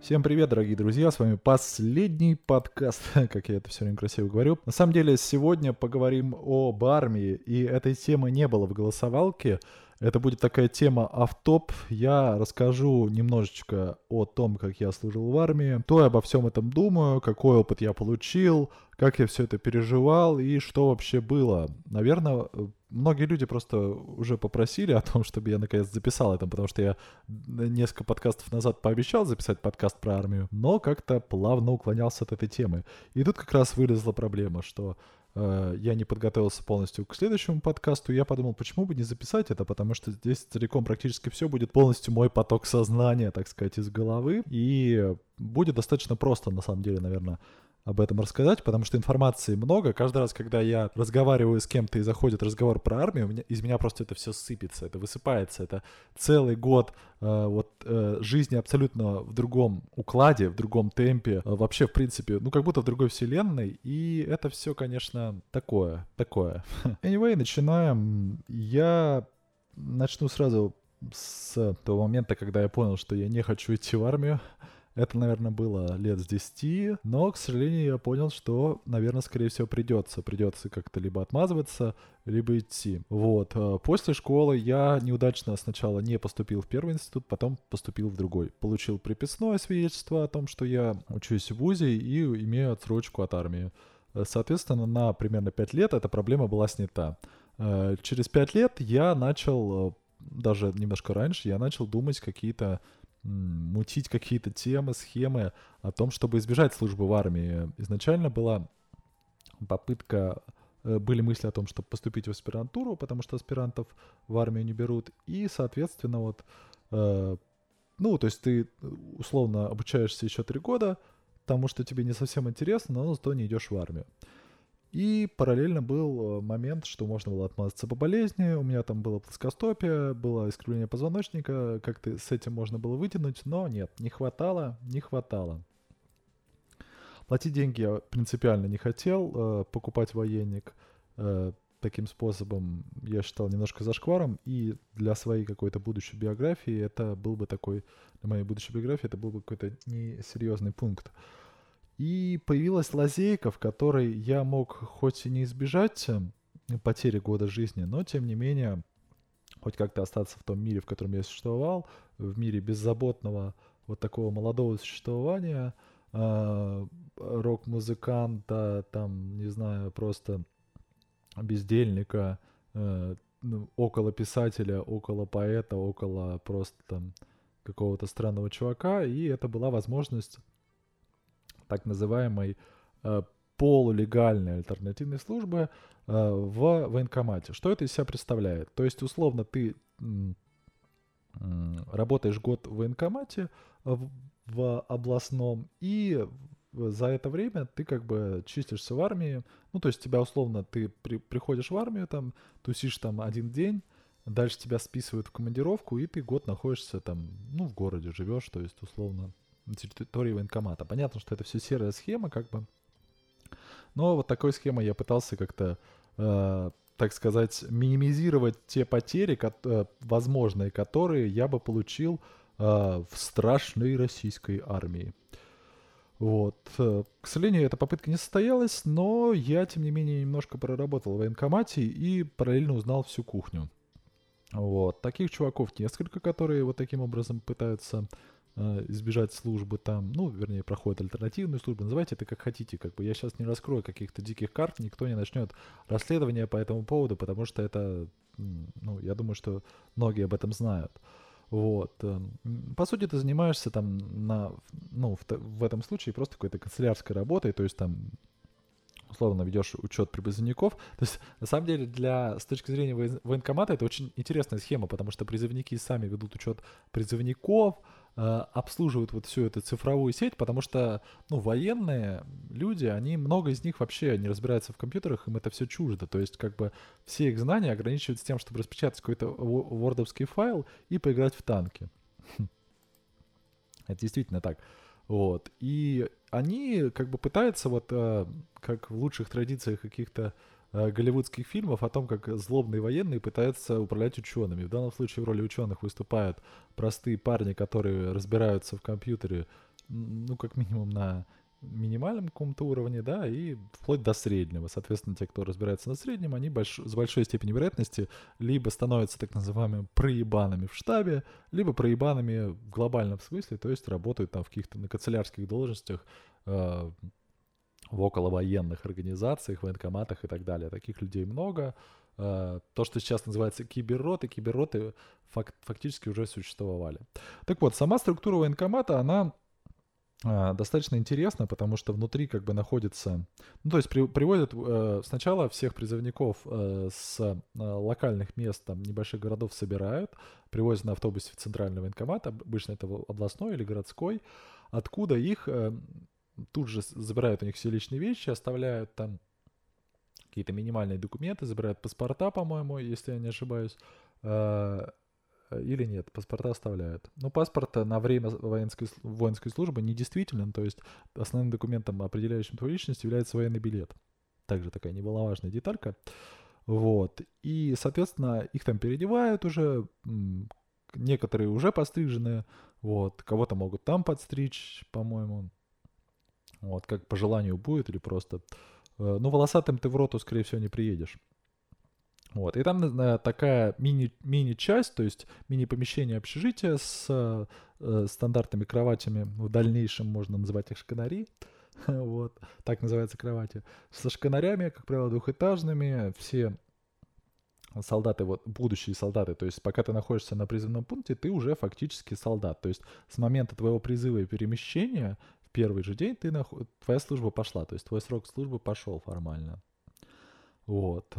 Всем привет, дорогие друзья, с вами последний подкаст, как я это все время красиво говорю. На самом деле, сегодня поговорим об армии, и этой темы не было в голосовалке. Это будет такая тема автоп. Я расскажу немножечко о том, как я служил в армии, то я обо всем этом думаю, какой опыт я получил, как я все это переживал и что вообще было. Наверное, многие люди просто уже попросили о том, чтобы я наконец записал это, потому что я несколько подкастов назад пообещал записать подкаст про армию, но как-то плавно уклонялся от этой темы. И тут как раз вылезла проблема, что я не подготовился полностью к следующему подкасту, и я подумал, почему бы не записать это, потому что здесь целиком практически все будет полностью мой поток сознания, так сказать, из головы, и будет достаточно просто, на самом деле, наверное, об этом рассказать, потому что информации много. Каждый раз, когда я разговариваю с кем-то и заходит разговор про армию, из меня просто это все сыпется, это высыпается. Это целый год жизни абсолютно в другом укладе, в другом темпе, вообще, в принципе, ну, как будто в другой вселенной. И это все, конечно, такое. Anyway, начинаем. Я начну сразу с того момента, когда я понял, что я не хочу идти в армию. Это, наверное, было лет с 10, но, к сожалению, я понял, что, наверное, скорее всего, придется. Придется как-то либо отмазываться, либо идти. Вот. После школы я неудачно сначала не поступил в первый институт, потом поступил в другой. Получил приписное свидетельство о том, что я учусь в ВУЗе и имею отсрочку от армии. Соответственно, на примерно 5 лет эта проблема была снята. Через 5 лет я начал, даже немножко раньше, я начал думать какие-то мутить какие-то темы, схемы о том, чтобы избежать службы в армии. Изначально была попытка, были мысли о том, чтобы поступить в аспирантуру, потому что аспирантов в армию не берут. И, соответственно, то есть ты условно обучаешься еще 3 года, потому что тебе не совсем интересно, но зато не идешь в армию. И параллельно был момент, что можно было отмазаться по болезни. У меня там было плоскостопие, было искривление позвоночника. Как-то с этим можно было вытянуть, но нет, не хватало. Платить деньги я принципиально не хотел. Покупать военник таким способом я считал немножко зашкваром. И для своей какой-то будущей биографии это был бы такой... Для моей будущей биографии это был бы какой-то несерьезный пункт. И появилась лазейка, в которой я мог хоть и не избежать потери года жизни, но тем не менее хоть как-то остаться в том мире, в котором я существовал, в мире беззаботного вот такого молодого существования, рок-музыканта, там, не знаю, просто бездельника, около писателя, около поэта, около просто там какого-то странного чувака, и это была возможность так называемой полулегальной альтернативной службы в военкомате. Что это из себя представляет? То есть, условно, ты работаешь год в военкомате в областном, и за это время ты как бы чистишься в армии. Ну, то есть тебя условно, ты приходишь в армию, там, тусишь там один день, дальше тебя списывают в командировку, и ты год находишься там, ну, в городе живешь, то есть условно на территории военкомата. Понятно, что это все серая схема, как бы. Но вот такой схемой я пытался как-то, так сказать, минимизировать те потери, возможные, которые я бы получил в страшной российской армии. Вот. К сожалению, эта попытка не состоялась, но я, тем не менее, немножко проработал в военкомате и параллельно узнал всю кухню. Вот. Таких чуваков несколько, которые вот таким образом пытаются избежать службы там, ну, вернее, проходят альтернативную службу, называйте это как хотите, как бы я сейчас не раскрою каких-то диких карт, никто не начнет расследование по этому поводу, потому что это, ну, я думаю, что многие об этом знают. Вот. По сути, ты занимаешься там в этом случае просто какой-то канцелярской работой, то есть там условно ведешь учет призывников. То есть, на самом деле, с точки зрения военкомата, это очень интересная схема, потому что призывники сами ведут учет призывников, обслуживают вот всю эту цифровую сеть, потому что, ну, военные люди, много из них вообще не разбираются в компьютерах, им это все чуждо. То есть, как бы, все их знания ограничиваются тем, чтобы распечатать какой-то вордовский файл и поиграть в танки. Это действительно так. Вот. И они как бы пытаются как в лучших традициях каких-то голливудских фильмов о том, как злобные военные пытаются управлять учеными. В данном случае в роли ученых выступают простые парни, которые разбираются в компьютере, ну, как минимум на минимальном каком-то уровне, да, и вплоть до среднего. Соответственно, те, кто разбирается на среднем, они с большой степенью вероятности либо становятся так называемыми проебанами в штабе, либо проебанами в глобальном смысле, то есть работают там в каких-то на канцелярских должностях, в околовоенных организациях, военкоматах и так далее. Таких людей много. То, что сейчас называется киберроты фактически уже существовали. Так вот, сама структура военкомата, она достаточно интересна, потому что внутри как бы находится... Ну, то есть приводят сначала всех призывников с локальных мест, там, небольших городов собирают, привозят на автобусе в центральный военкомат, обычно это областной или городской, откуда их тут же забирают у них все личные вещи, оставляют там какие-то минимальные документы, забирают паспорта, по-моему, если я не ошибаюсь, или нет, паспорта оставляют. Но паспорт на время воинской службы недействителен, то есть основным документом, определяющим твою личность, является военный билет. Также такая немаловажная деталька. Вот. И, соответственно, их там переодевают уже, некоторые уже пострижены, вот, кого-то могут там подстричь, по-моему, вот, как по желанию будет или просто... Ну, волосатым ты в роту, скорее всего, не приедешь. Вот. И там такая мини-часть, то есть мини-помещение общежития с стандартными кроватями. В дальнейшем можно называть их шканари. Вот. Так называются кровати. Со шканарями, как правило, двухэтажными. Все солдаты, вот будущие солдаты, то есть пока ты находишься на призывном пункте, ты уже фактически солдат. То есть с момента твоего призыва и перемещения в первый же день твоя служба пошла. То есть твой срок службы пошел формально. Вот.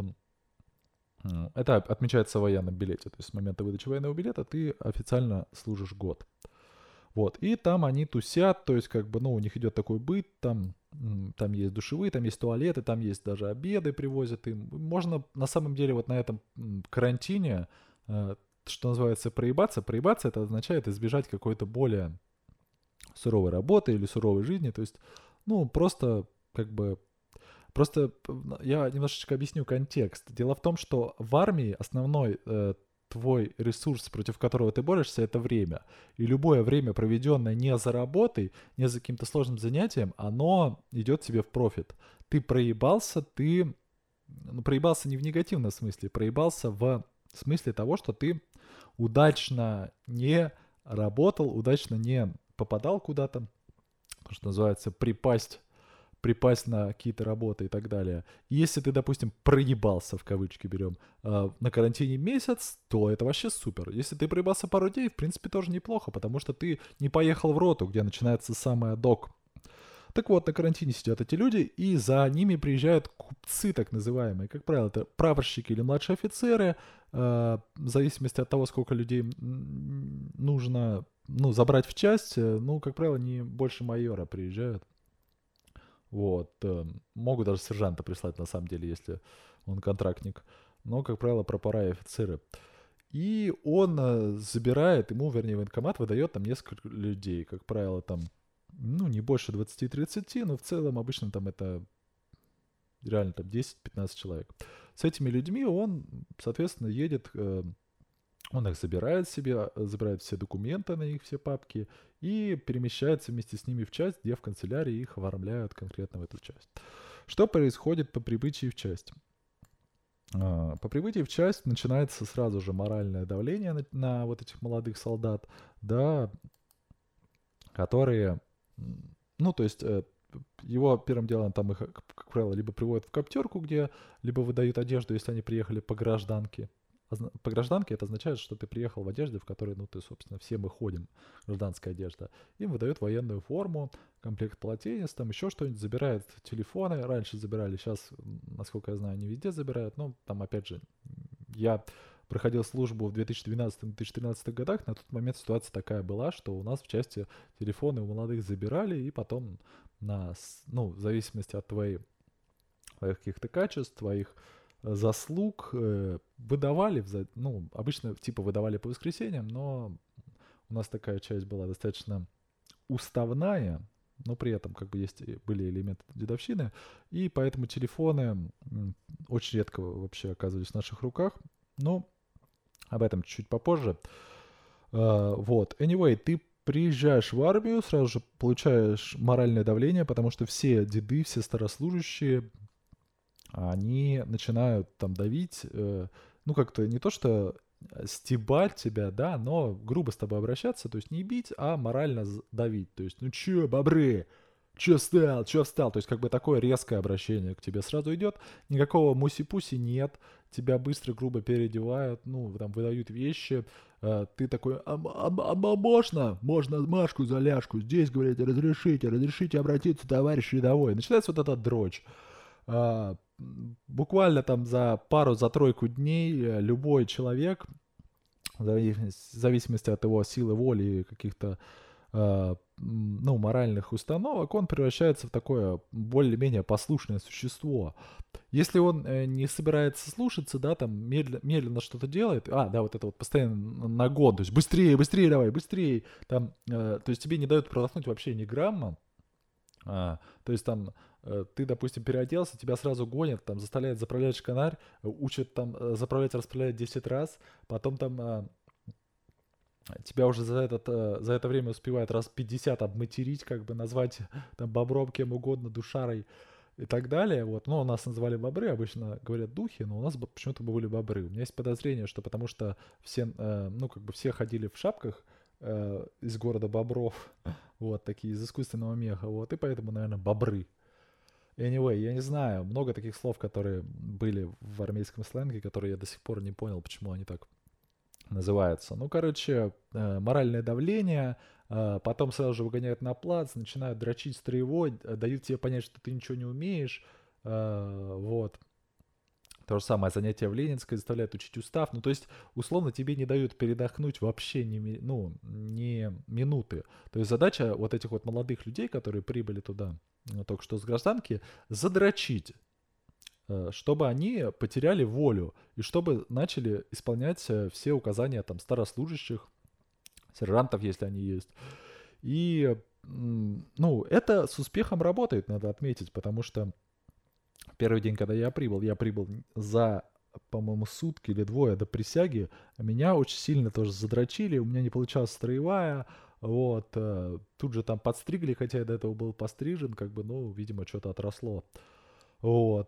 Это отмечается в военном билете. То есть с момента выдачи военного билета ты официально служишь год. Вот. И там они тусят, то есть как бы, ну, у них идет такой быт, там есть душевые, там есть туалеты, там есть даже обеды привозят им. Можно на самом деле вот на этом карантине, что называется, проебаться. Проебаться это означает избежать какой-то более суровой работы или суровой жизни. То есть, ну, просто как бы... Просто я немножечко объясню контекст. Дело в том, что в армии основной твой ресурс, против которого ты борешься, это время. И любое время, проведенное не за работой, не за каким-то сложным занятием, оно идет тебе в профит. Ты проебался, проебался не в негативном смысле, проебался в смысле того, что ты удачно не работал, удачно не попадал куда-то, что называется, припасть на какие-то работы и так далее. И если ты, допустим, проебался, в кавычки берем, на карантине месяц, то это вообще супер. Если ты проебался пару дней, в принципе, тоже неплохо, потому что ты не поехал в роту, где начинается самый адок. Так вот, на карантине сидят эти люди, и за ними приезжают купцы, так называемые. Как правило, это прапорщики или младшие офицеры, в зависимости от того, сколько людей нужно, ну, забрать в часть, ну, как правило, не больше майора приезжают. Вот. Могут даже сержанта прислать, на самом деле, если он контрактник. Но, как правило, прапора и офицеры. И он забирает, ему, вернее, военкомат выдает там несколько людей. Как правило, там, ну, не больше 20-30, но в целом обычно там это реально там 10-15 человек. С этими людьми он, соответственно, едет... Он их забирает себе, забирает все документы на них, все папки, и перемещается вместе с ними в часть, где в канцелярии их оформляют конкретно в эту часть. Что происходит по прибытии в часть? По прибытии в часть начинается сразу же моральное давление на вот этих молодых солдат, да, которые, ну, то есть его первым делом там их, как правило, либо приводят в коптерку, где либо выдают одежду, если они приехали по гражданке. По гражданке это означает, что ты приехал в одежде, в которой, ну, ты, собственно, все мы ходим, гражданская одежда. Им выдают военную форму, комплект полотенец, там еще что-нибудь, забирают телефоны. Раньше забирали, сейчас, насколько я знаю, не везде забирают. Но там, опять же, я проходил службу в 2012-2013 годах, на тот момент ситуация такая была, что у нас в части телефоны у молодых забирали, и потом, ну, в зависимости от твоих каких-то качеств, твоих заслуг выдавали, ну, обычно типа выдавали по воскресеньям, но у нас такая часть была достаточно уставная, но при этом как бы были элементы дедовщины, и поэтому телефоны очень редко вообще оказывались в наших руках, но об этом чуть-чуть попозже. Вот, anyway, ты приезжаешь в армию, сразу же получаешь моральное давление, потому что все деды, все старослужащие, они начинают там давить, ну как-то не то что стебать тебя, да, но грубо с тобой обращаться, то есть не бить, а морально давить. То есть, ну чё, бобры, чё встал, чё встал? То есть как бы такое резкое обращение к тебе сразу идет, никакого муси-пуси нет, тебя быстро, грубо переодевают, ну, там выдают вещи, ты такой, можно? Можно Машку за ляжку, здесь, говорите, разрешите обратиться, товарищ рядовой. Начинается вот эта дрочь. Буквально там за пару, за тройку дней любой человек, в зависимости от его силы воли и каких-то ну, моральных установок, он превращается в такое более-менее послушное существо. Если он не собирается слушаться, да, там медленно что-то делает, да, вот это вот постоянно нагон, то есть быстрее, быстрее давай, быстрее, там, то есть тебе не дают продохнуть вообще ни грамма, то есть там ты, допустим, переоделся, тебя сразу гонят, там заставляют заправлять шканарь, учат там заправлять, расправлять 10 раз, потом там тебя уже за это время успевают раз 50 обматерить, как бы назвать там бобром кем угодно, душарой и так далее. Вот. Ну, нас называли бобры, обычно говорят духи, но у нас почему-то были бобры. У меня есть подозрение, что потому что все, ну, как бы все ходили в шапках из города Бобров, вот, такие из искусственного меха, вот, и поэтому, наверное, бобры. Anyway, я не знаю, много таких слов, которые были в армейском сленге, которые я до сих пор не понял, почему они так называются. Ну, короче, моральное давление, потом сразу же выгоняют на плац, начинают дрочить строевой, дают тебе понять, что ты ничего не умеешь, вот. То же самое занятие в Ленинской заставляют учить устав. Ну, то есть, условно, тебе не дают передохнуть вообще ну, ни минуты. То есть задача вот этих вот молодых людей, которые прибыли туда только что с гражданки, задрочить, чтобы они потеряли волю и чтобы начали исполнять все указания там старослужащих, сержантов, если они есть. И, ну, это с успехом работает, надо отметить, потому что первый день, когда я прибыл за, по-моему, сутки или двое до присяги, меня очень сильно тоже задрочили, у меня не получалась строевая, вот, тут же там подстригли, хотя я до этого был пострижен, как бы, ну, видимо, что-то отросло, вот,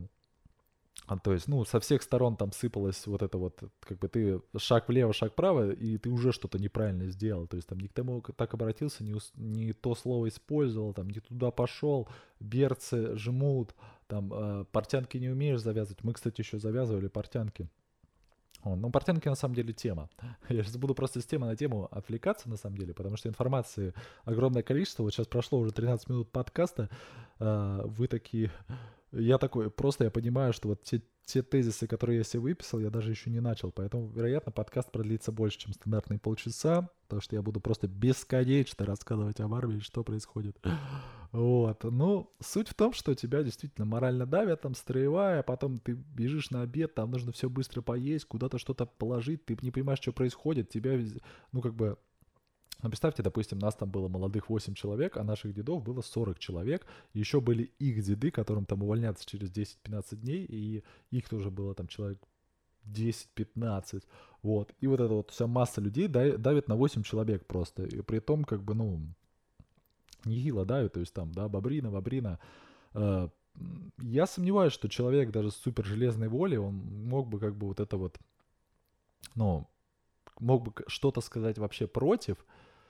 то есть, ну, со всех сторон там сыпалось вот это вот, как бы ты шаг влево, шаг вправо, и ты уже что-то неправильно сделал. То есть там не к тому так обратился, не то слово использовал, там не туда пошел, берцы жмут, там портянки не умеешь завязывать. Мы, кстати, еще завязывали портянки. Ну, портянки на самом деле тема. Я сейчас буду просто с темы на тему отвлекаться на самом деле, потому что информации огромное количество. Вот сейчас прошло уже 13 минут подкаста. Вы такие... Я такой, просто я понимаю, что вот те тезисы, которые я себе выписал, я даже еще не начал. Поэтому, вероятно, подкаст продлится больше, чем стандартные полчаса, потому что я буду просто бесконечно рассказывать об армии, что происходит. Вот. Ну, суть в том, что тебя действительно морально давят, там строевая, потом ты бежишь на обед, там нужно все быстро поесть, куда-то что-то положить, ты не понимаешь, что происходит, тебя, ну, как бы, ну, представьте, допустим, нас там было молодых 8 человек, а наших дедов было 40 человек. И еще были их деды, которым там увольняться через 10-15 дней, и их тоже было там человек 10-15. Вот. И вот эта вот вся масса людей давит на 8 человек просто. И при том, как бы, ну, нехило давит, то есть там, да, бобрина. Э, Я сомневаюсь, что человек даже с супер железной волей, он мог бы как бы вот это вот, ну, мог бы что-то сказать вообще против,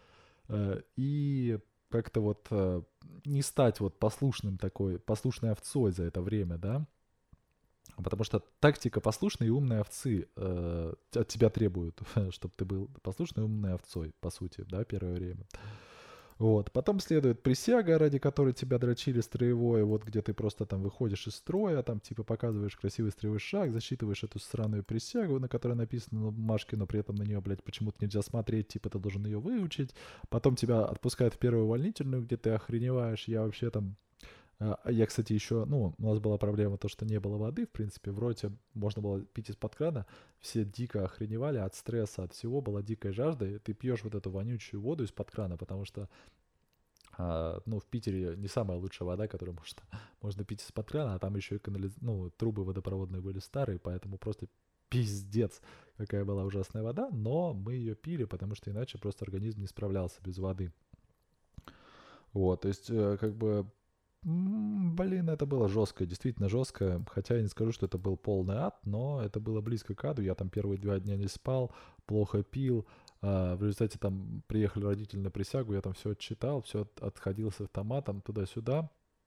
и как-то вот не стать вот послушной овцой за это время, да, потому что тактика послушной и умной овцы от тебя требует, чтобы ты был послушной и умной овцой, по сути, да, первое время. Вот. Потом следует присяга, ради которой тебя дрочили строевое, вот где ты просто там выходишь из строя, там типа показываешь красивый строевой шаг, засчитываешь эту сраную присягу, на которой написано на бумажке, но при этом на нее, блядь, почему-то нельзя смотреть, типа ты должен ее выучить. Потом тебя отпускают в первую увольнительную, где ты охреневаешь. Я вообще там... Я, кстати, еще... Ну, у нас была проблема то, что не было воды, в принципе, в роте можно было пить из-под крана. Все дико охреневали от стресса, от всего, была дикая жажда, и ты пьешь вот эту вонючую воду из-под крана, потому что ну, в Питере не самая лучшая вода, которую можно пить из-под крана, а там еще и ну, трубы водопроводные были старые, поэтому просто пиздец, какая была ужасная вода, но мы ее пили, потому что иначе просто организм не справлялся без воды. Вот, то есть, как бы, блин, это было жестко, действительно жестко. Хотя я не скажу, что это был полный ад, но это было близко к аду. Я там первые 2 дня не спал, плохо пил. В результате там приехали родители на присягу, я там все отчитал, все отходил с автоматом туда-сюда.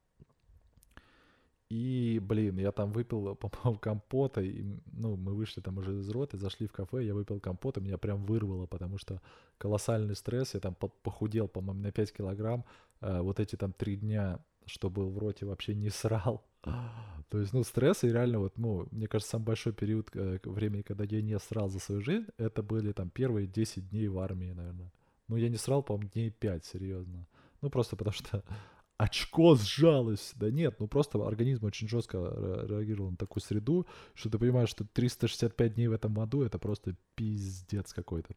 И, блин, я там выпил, по-моему, компота, и, ну, мы вышли там уже из роты, зашли в кафе, я выпил компот, и меня прям вырвало, потому что колоссальный стресс, я там похудел, по-моему, на 5 килограмм, вот эти там 3 дня, что был в роте, вообще не срал. То есть, ну, стресс, и реально вот, ну, мне кажется, самый большой период времени, когда я не срал за свою жизнь, это были там первые 10 дней в армии, наверное. Ну, я не срал, по-моему, дней 5, серьезно. Ну, просто потому что очко сжалось. Да нет, ну просто организм очень жестко реагировал на такую среду, что ты понимаешь, что 365 дней в этом аду это просто пиздец какой-то.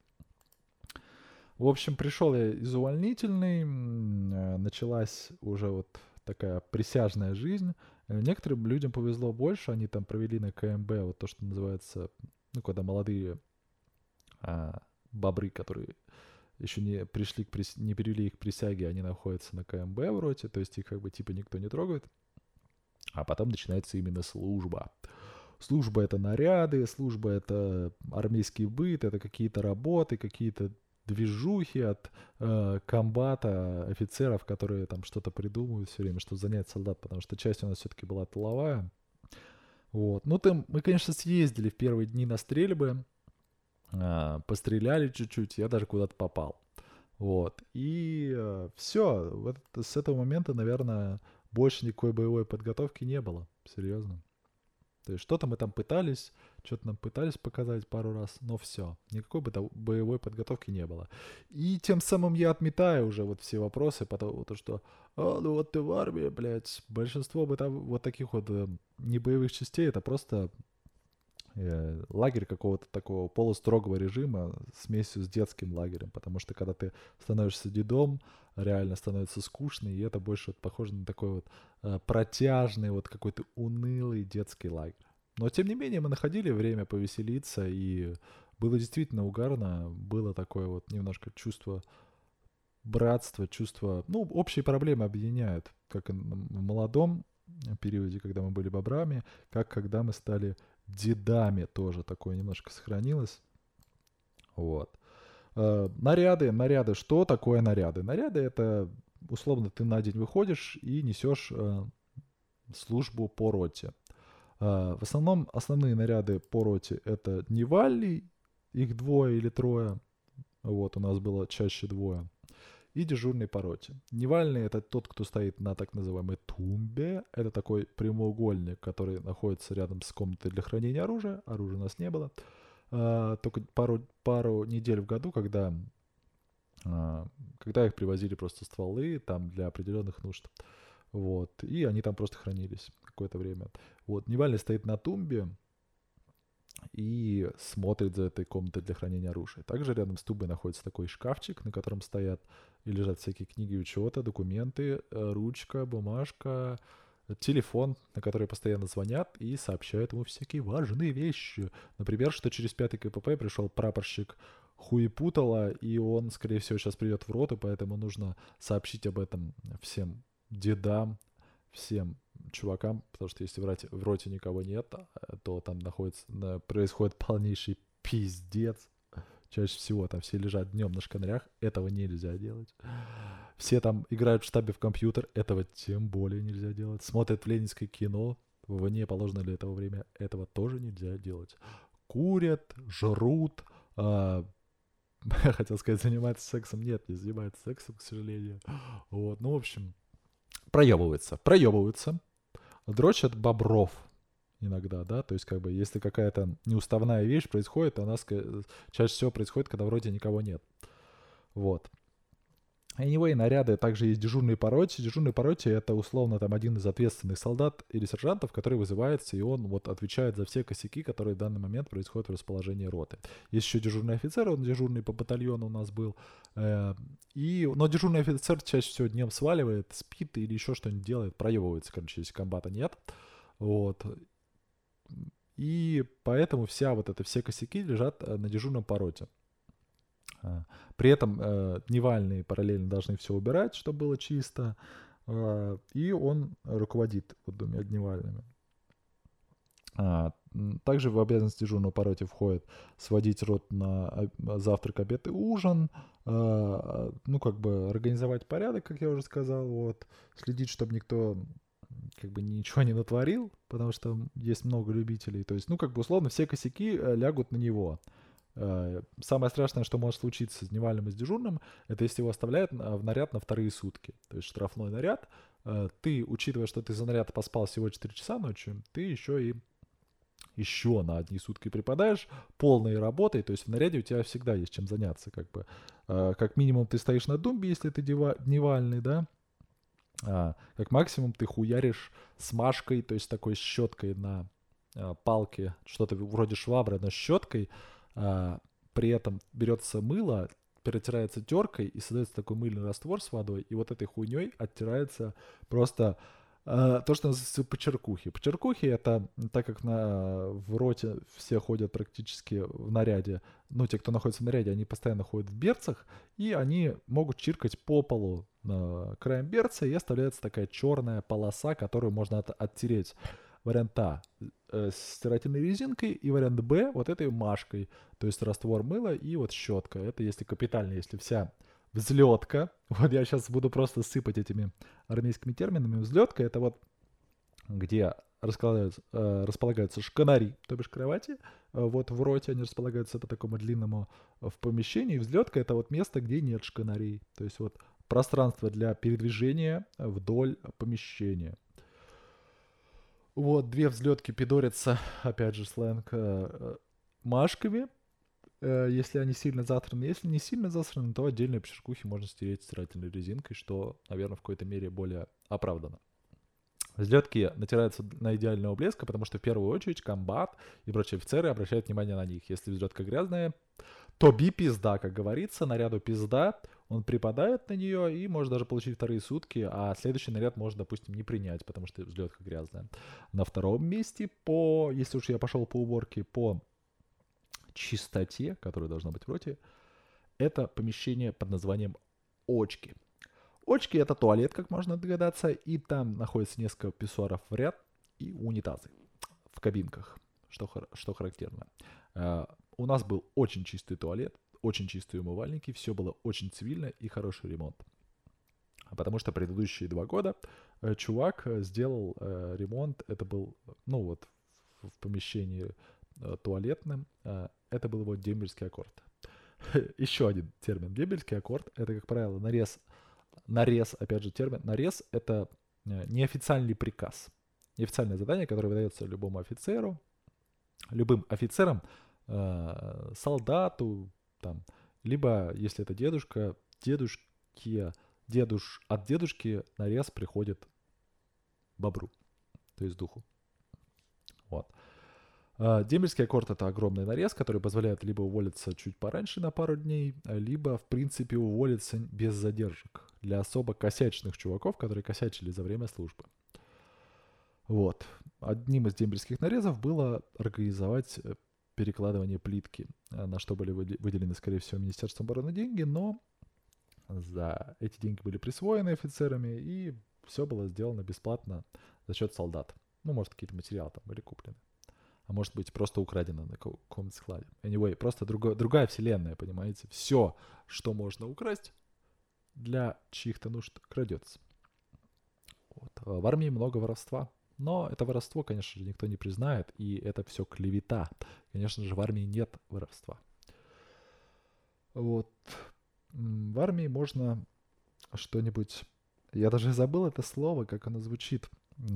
В общем, пришел я из увольнительной, началась уже вот такая присяжная жизнь. Некоторым людям повезло больше, они там провели на КМБ вот то, что называется, ну, когда молодые бобры, которые еще не пришли не перевели их к присяге, они находятся на КМБ в роте, то есть их как бы типа никто не трогает. А потом начинается именно служба. Служба — это наряды, служба — это армейский быт, это какие-то работы, какие-то движухи от комбата, офицеров, которые там что-то придумывают все время, чтобы занять солдат, потому что часть у нас все-таки была тыловая. Вот. Ну, там мы, конечно, съездили в первые дни на стрельбы, постреляли чуть-чуть, я даже куда-то попал. Вот. И все. Вот с этого момента, наверное, больше никакой боевой подготовки не было. Серьезно. То есть что-то мы там пытались, что-то нам пытались показать пару раз, но все. Никакой боевой подготовки не было. И тем самым я отметаю уже вот все вопросы, потому что, ну вот ты в армии, блядь, большинство вот таких вот небоевых частей, это просто лагерь какого-то такого полустрогого режима смесью с детским лагерем, потому что когда ты становишься дедом, реально становится скучно, и это больше вот похоже на такой вот протяжный, вот какой-то унылый детский лагерь. Но тем не менее мы находили время повеселиться, и было действительно угарно, было такое вот немножко чувство братства, чувство, ну, общие проблемы объединяют, как и в молодом периоде, когда мы были бобрами, как когда мы стали дедами, тоже такое немножко сохранилось. Вот. Наряды. Что такое наряды? Наряды — это, условно, ты на день выходишь и несешь службу по роте. В основном основные наряды по роте — это дневальный, их 2 или 3. Вот, у нас было чаще 2. И дежурный по роте. Дневальный — это тот, кто стоит на так называемой тумбе. Это такой прямоугольник, который находится рядом с комнатой для хранения оружия. Оружия у нас не было. Только пару недель в году, когда их привозили просто стволы там для определенных нужд. Вот. И они там просто хранились какое-то время. Вот. Дневальный стоит на тумбе и смотрит за этой комнатой для хранения оружия. Также рядом с тумбой находится такой шкафчик, на котором стоят и лежат всякие книги учета, документы, ручка, бумажка, телефон, на который постоянно звонят и сообщают ему всякие важные вещи. Например, что через 5-й КПП пришел прапорщик Хуепутала, и он, скорее всего, сейчас придет в роту, поэтому нужно сообщить об этом всем дедам, всем чувакам, потому что если в роте никого нет, то там происходит полнейший пиздец. Чаще всего там все лежат днем на шканарях, этого нельзя делать. Все там играют в штабе в компьютер, этого тем более нельзя делать. Смотрят в ленинское кино, вне положено для этого время, этого тоже нельзя делать. Курят, жрут, хотел сказать, занимаются сексом. Нет, не занимаются сексом, к сожалению. Вот, ну, в общем, проебываются. Дрочат бобров иногда, да, то есть как бы если какая-то неуставная вещь происходит, она чаще всего происходит, когда вроде никого нет. Вот. Anyway, наряды также есть дежурные по роте. Дежурный по роте — это условно там один из ответственных солдат или сержантов, который вызывается, и он вот отвечает за все косяки, которые в данный момент происходят в расположении роты. Есть еще дежурный офицер, он дежурный по батальону у нас был. Но дежурный офицер чаще всего днем сваливает, спит или еще что-нибудь делает, проебывается, короче, если комбата нет. Вот. и поэтому все косяки лежат на дежурном по роте. При этом дневальные параллельно должны все убирать, чтобы было чисто, и он руководит вот 2 дневальными. Также в обязанности дежурного по роте входит сводить рот на завтрак, обед и ужин, организовать порядок, как я уже сказал, вот, следить, чтобы никто ничего не натворил, потому что есть много любителей. То есть, условно, все косяки лягут на него. Самое страшное, что может случиться с дневальным и с дежурным, это если его оставляют в наряд на 2 сутки. То есть штрафной наряд. Ты, учитывая, что ты за наряд поспал всего 4 часа ночью, ты еще на 1 сутки припадаешь полной работой, то есть в наряде у тебя всегда есть чем заняться, как минимум ты стоишь на думбе, если ты дневальный, да, как максимум ты хуяришь смажкой, то есть такой щеткой на палке, что-то вроде швабры, но щеткой, при этом берется мыло, перетирается теркой и создается такой мыльный раствор с водой, и вот этой хуйней оттирается просто то, что называется почеркухи. Почеркухи — это, так как в роте все ходят практически в наряде, те, кто находится в наряде, они постоянно ходят в берцах, и они могут чиркать по полу краем берца, и оставляется такая черная полоса, которую можно оттереть. Вариант А с стирательной резинкой, и вариант Б вот этой машкой, то есть раствор мыла и вот щетка. Это если капитально, если вся взлетка, вот я сейчас буду просто сыпать этими армейскими терминами. Взлетка — это вот где располагаются шканари, то бишь кровати, вот в роте они располагаются по такому длинному в помещении. Взлетка — это вот место, где нет шканарей, то есть вот пространство для передвижения вдоль помещения. Вот 2 взлетки пидорятся, опять же сленг, машками, если они сильно затраны. Если не сильно засраны, то отдельные почеркухи можно стереть стирательной резинкой, что, наверное, в какой-то мере более оправдано. Взлетки натираются на идеального блеска, потому что в первую очередь комбат и прочие офицеры обращают внимание на них. Если взлетка грязная, то пизда, как говорится, наряду пизда, он припадает на нее и может даже получить 2 сутки, а следующий наряд может, допустим, не принять, потому что взлетка грязная. На 2 месте, если уж я пошел по уборке, по чистоте, которая должна быть в роте, это помещение под названием очки. Очки — это туалет, как можно догадаться, и там находится несколько писсуаров в ряд и унитазы в кабинках, что характерно. У нас был очень чистый туалет, очень чистые умывальники, все было очень цивильно и хороший ремонт. Потому что предыдущие 2 года чувак сделал ремонт, это был, в помещении туалетным, это был его дембельский аккорд. Еще один термин. Дембельский аккорд — это, как правило, нарез, опять же, термин. Нарез — это неофициальный приказ. Неофициальное задание, которое выдается любому офицеру, любым офицерам, солдату, там, либо, если это дедушка, от дедушки нарез приходит бобру, то есть духу. Вот. Дембельский аккорд — это огромный нарез, который позволяет либо уволиться чуть пораньше на пару дней, либо, в принципе, уволиться без задержек для особо косячных чуваков, которые косячили за время службы. Вот. Одним из дембельских нарезов было организовать перекладывание плитки, на что были выделены, скорее всего, Министерством обороны деньги, но за эти деньги были присвоены офицерами, и все было сделано бесплатно за счет солдат. Может, какие-то материалы там были куплены. А может быть, просто украдено на каком-то складе. Anyway, просто другая вселенная, понимаете? Все, что можно украсть, для чьих-то нужд крадется. Вот. В армии много воровства. Но это воровство, конечно же, никто не признает, и это все клевета. Конечно же, в армии нет воровства. Вот. В армии можно что-нибудь... Я даже забыл это слово, как оно звучит.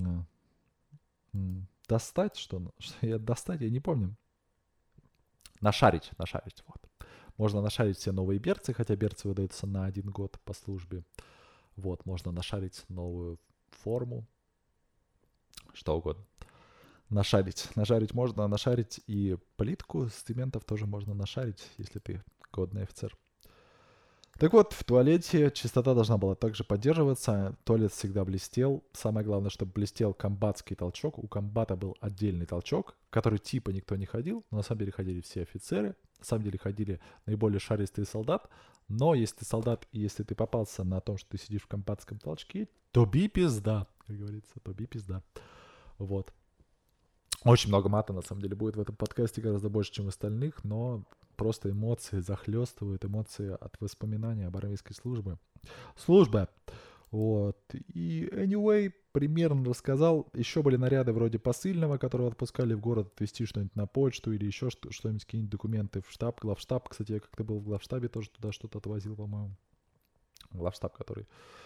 Достать, что я достать, я не помню. Нашарить, вот. Можно нашарить все новые берцы, хотя берцы выдаются на 1 год по службе. Вот, можно нашарить новую форму, что угодно. Нашарить можно, нашарить и плитку с цементов тоже можно нашарить, если ты годный офицер. Так вот, в туалете чистота должна была также поддерживаться, туалет всегда блестел. Самое главное, чтобы блестел комбатский толчок. У комбата был отдельный толчок, в который типа никто не ходил, но на самом деле ходили все офицеры, на самом деле ходили наиболее шаристые солдат. Но если ты солдат и если ты попался на том, что ты сидишь в комбатском толчке, то би пизда, как говорится, то би пизда. Вот. Очень много мата, на самом деле, будет в этом подкасте гораздо больше, чем в остальных, но просто эмоции захлестывают, эмоции от воспоминаний об армейской службе. Служба! Вот. И anyway, примерно рассказал. Еще были наряды вроде посыльного, которого отпускали в город отвезти что-нибудь на почту или еще что-нибудь, какие-нибудь документы в штаб, главштаб. Кстати, я как-то был в главштабе, тоже туда что-то отвозил, по-моему. Главштаб, который...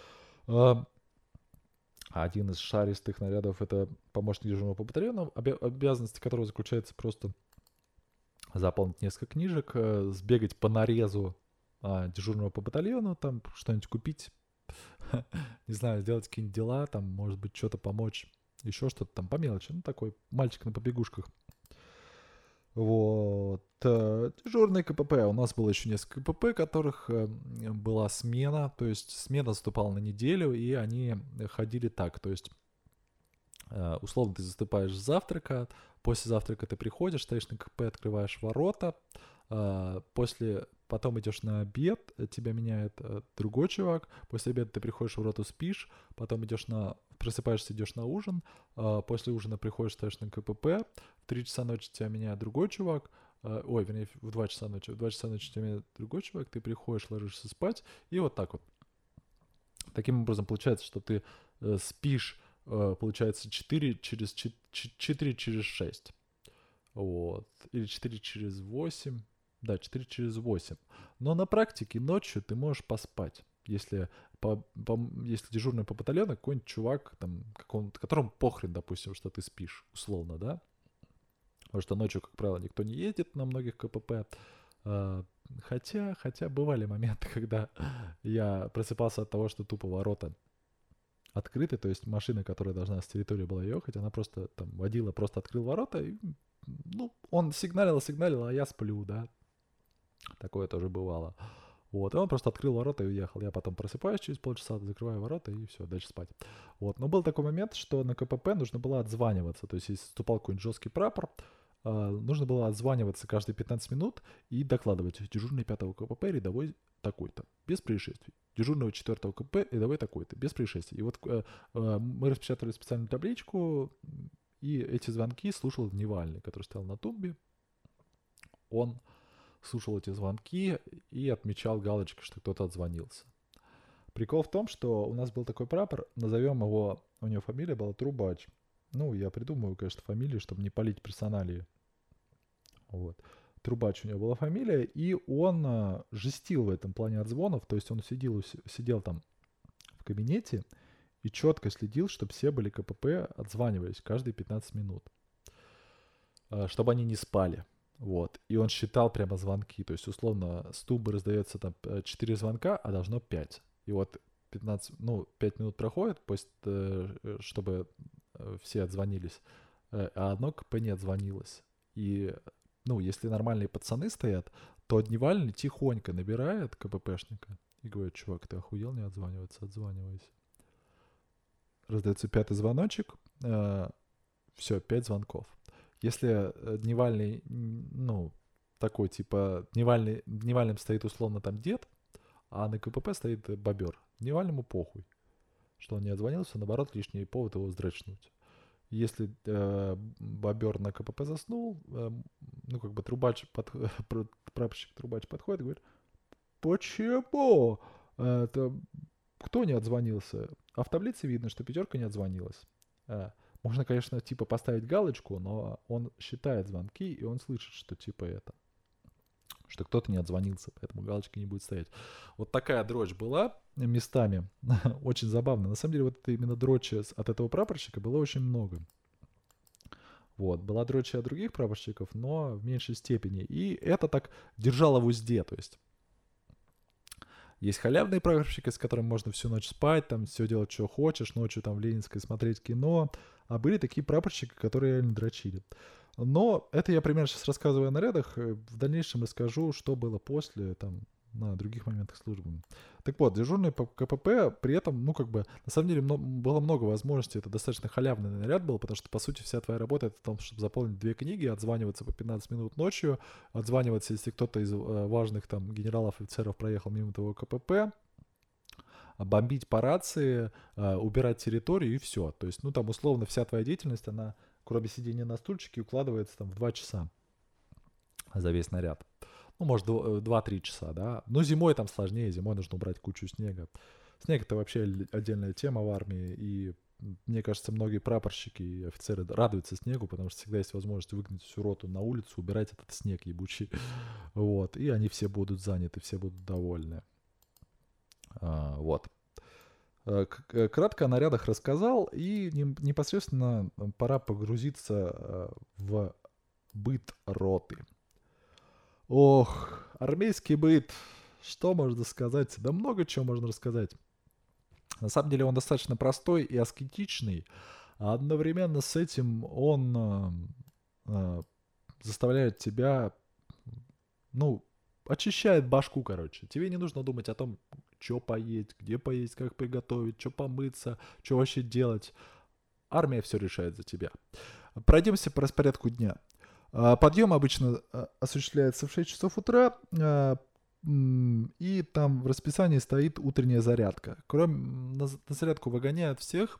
Один из шаристых нарядов — это помощник дежурного по батальону, обязанности которого заключается просто заполнить несколько книжек, сбегать по нарезу дежурного по батальону, там что-нибудь купить, не знаю, сделать какие-нибудь дела, там, может быть, что-то помочь, еще что-то там по мелочи. Ну, такой мальчик на побегушках. Вот. Дежурный КПП. У нас было еще несколько КПП, которых была смена. То есть смена заступала на неделю, и они ходили так. То есть, условно, ты заступаешь с завтрака, после завтрака ты приходишь, стоишь на КПП, открываешь ворота, потом идешь на обед, тебя меняет другой чувак, после обеда ты приходишь в роту, спишь, потом просыпаешься, идешь на ужин, после ужина приходишь, стоишь на КПП, в 3 часа ночи тебя меняет другой чувак, вернее, в 2 часа ночи тебя меняет другой чувак, ты приходишь, ложишься спать, и вот так вот. Таким образом, получается, что ты спишь, получается, 4 через 6. Вот. Или 4 через 8. Да, 4 через 8. Но на практике ночью ты можешь поспать. Если дежурный по батальону какой-нибудь чувак, там, которому похрен, допустим, что ты спишь, условно, да? Потому что ночью, как правило, никто не ездит на многих КПП. Хотя бывали моменты, когда я просыпался от того, что тупо ворота открыты, то есть машина, которая должна с территории была ехать, она просто, там, водила, просто открыл ворота, и, ну, он сигналил, а я сплю, да. Такое тоже бывало. Вот, и он просто открыл ворота и уехал. Я потом просыпаюсь через полчаса, закрываю ворота и все, дальше спать. Вот, но был такой момент, что на КПП нужно было отзваниваться. То есть, если ступал какой-нибудь жесткий прапор, нужно было отзваниваться каждые 15 минут и докладывать: дежурный 5-го КПП рядовой такой-то, без происшествий. Дежурного 4-го КПП рядовой такой-то, без происшествий. И вот мы распечатали специальную табличку, и эти звонки слушал Дневальный, который стоял на тумбе. Он слушал эти звонки и отмечал галочкой, что кто-то отзвонился. Прикол в том, что у нас был такой прапор, назовем его, у него фамилия была Трубач. Ну, я придумаю, конечно, фамилию, чтобы не палить персоналии. Вот. Трубач у него была фамилия, и он жестил в этом плане отзвонов, то есть он сидел там в кабинете и четко следил, чтобы все были КПП, отзванивались каждые 15 минут, чтобы они не спали. Вот. И он считал прямо звонки. То есть, условно, с тумбы раздается там 4 звонка, а должно 5. И вот 5 минут проходит, чтобы все отзвонились, а одно КП не отзвонилось. И, если нормальные пацаны стоят, то Дневальный тихонько набирает КППшника и говорит: чувак, ты охуел не отзваниваться? Отзванивайся. Раздается 5-й звоночек, все, 5 звонков. Если Дневальный, такой, типа, Дневальным стоит условно там дед, а на КПП стоит бобер. Дневальному похуй, что он не отзвонился, наоборот, лишний повод его вздрачнуть. Если бобер на КПП заснул, прапорщик Трубач подходит и говорит: почему? Кто не отзвонился? А в таблице видно, что 5 не отзвонилась. Можно, конечно, типа поставить галочку, но он считает звонки, и он слышит, что типа что кто-то не отзвонился, поэтому галочка не будет стоять. Вот такая дрочь была местами. Очень забавно. На самом деле, вот именно дрочи от этого прапорщика было очень много. Вот. Была дрочь от других прапорщиков, но в меньшей степени. И это так держало в узде, то есть. Есть халявные прапорщики, с которыми можно всю ночь спать, там все делать, что хочешь, ночью там в Ленинской смотреть кино. А были такие прапорщики, которые реально дрочили. Но это я примерно сейчас рассказываю о нарядах. В дальнейшем расскажу, что было после, там, на других моментах службы. Так вот, дежурный по КПП при этом, ну, как бы, на самом деле, было много возможностей. Это достаточно халявный наряд был, потому что, по сути, вся твоя работа это в том, чтобы заполнить 2 книги, отзваниваться по 15 минут ночью, отзваниваться, если кто-то из важных там генералов, офицеров проехал мимо твоего КПП, бомбить по рации, убирать территорию и все. То есть, ну, там, условно, вся твоя деятельность, она, кроме сидения на стульчике, укладывается там в 2 часа за весь наряд. Ну, может, 2-3 часа, да. Но зимой там сложнее, зимой нужно убрать кучу снега. Снег — это вообще отдельная тема в армии, и мне кажется, многие прапорщики и офицеры радуются снегу, потому что всегда есть возможность выгнать всю роту на улицу, убирать этот снег ебучий. Вот. И они все будут заняты, все будут довольны. Вот. Кратко о нарядах рассказал, и непосредственно пора погрузиться в быт роты. Ох, армейский быт. Что можно сказать? Да много чего можно рассказать. На самом деле он достаточно простой и аскетичный, а одновременно с этим он заставляет тебя, ну, очищает башку, короче. Тебе не нужно думать о том, что поесть, как приготовить, что помыться, что вообще делать. Армия все решает за тебя. Пройдемся по распорядку дня. Подъем обычно осуществляется в 6 часов утра, и там в расписании стоит утренняя зарядка. На зарядку выгоняют всех,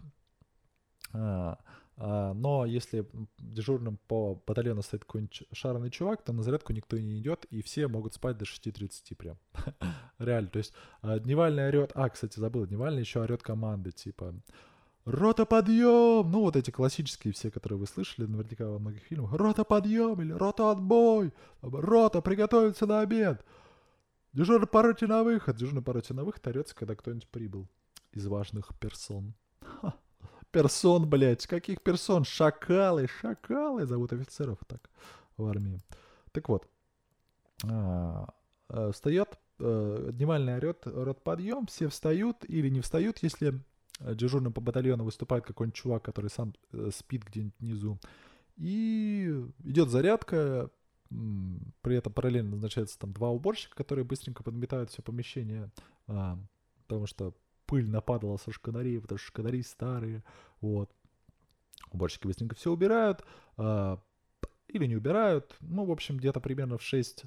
но если дежурным по батальону стоит какой-нибудь шарный чувак, то на зарядку никто не идет, и все могут спать до 6:30 прям. Реально, то есть Дневальный орет, кстати, забыл, Дневальный еще орет команды, типа «Рота, подъем!» Ну, вот эти классические все, которые вы слышали наверняка во многих фильмах. «Рота, подъем!» или «Рота, отбой!» «Рота, приготовиться на обед!» «Дежурный по роте на выход!» Дежурный по роте на выход орется, когда кто-нибудь прибыл из важных персон. Персон, блядь, каких персон? Шакалы зовут офицеров так в армии. Так вот, встает, Дневальный орет, рот подъем, все встают или не встают, если дежурным по батальону выступает какой-нибудь чувак, который сам спит где-нибудь внизу. И идет зарядка, при этом параллельно назначается там 2 уборщика, которые быстренько подметают все помещение, потому что пыль нападала со шканарей, потому что шканари старые, вот. Уборщики быстренько все убирают, или не убирают, ну, в общем, где-то примерно в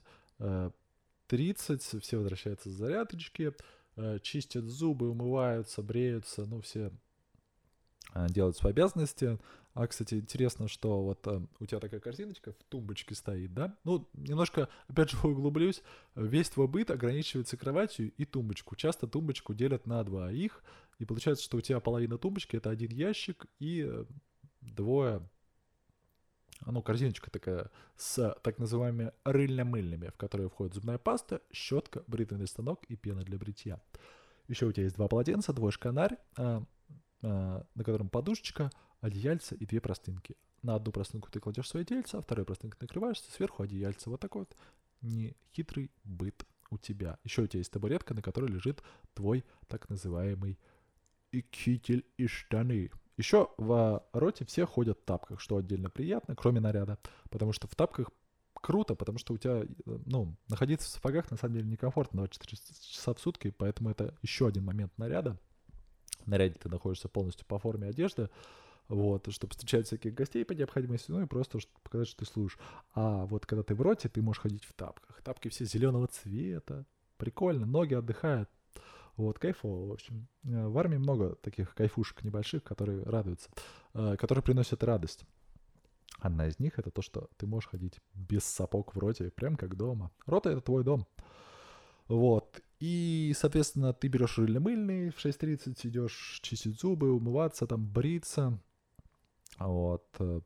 6:30 все возвращаются с зарядочки, чистят зубы, умываются, бреются, ну, все делают свои обязанности. Кстати, интересно, что вот у тебя такая картиночка в тумбочке стоит, да? Ну, немножко, опять же, углублюсь. Весь твой быт ограничивается кроватью и тумбочку. Часто тумбочку делят на двоих, и получается, что у тебя половина тумбочки — это один ящик и 2, корзиночка такая с так называемыми рыльно-мыльными, в которые входит зубная паста, щетка, бритвенный станок и пена для бритья. Еще у тебя есть 2 полотенца, 2 шканарь, на котором подушечка, одеяльце и 2 простынки. На одну простынку ты кладешь свое тельце, а второй простынкой накрываешься, сверху одеяльце. Вот такой вот нехитрый быт у тебя. Еще у тебя есть табуретка, на которой лежит твой так называемый и китель, и штаны. Еще в роте все ходят в тапках, что отдельно приятно, кроме наряда. Потому что в тапках круто, потому что у тебя, находиться в сапогах на самом деле некомфортно 24 часа в сутки, поэтому это еще один момент наряда. В наряде ты находишься полностью по форме одежды, вот, чтобы встречать всяких гостей по необходимости, ну и просто чтобы показать, что ты служишь. А вот когда ты в роте, ты можешь ходить в тапках. Тапки все зеленого цвета, прикольно, ноги отдыхают. Вот, кайфово, в общем. В армии много таких кайфушек небольших, которые радуются, которые приносят радость. Одна из них — это то, что ты можешь ходить без сапог в роте, прям как дома. Рота — это твой дом. Вот. И, соответственно, ты берешь рыльно-мыльный, в 6:30 идешь чистить зубы, умываться, там, бриться. Вот.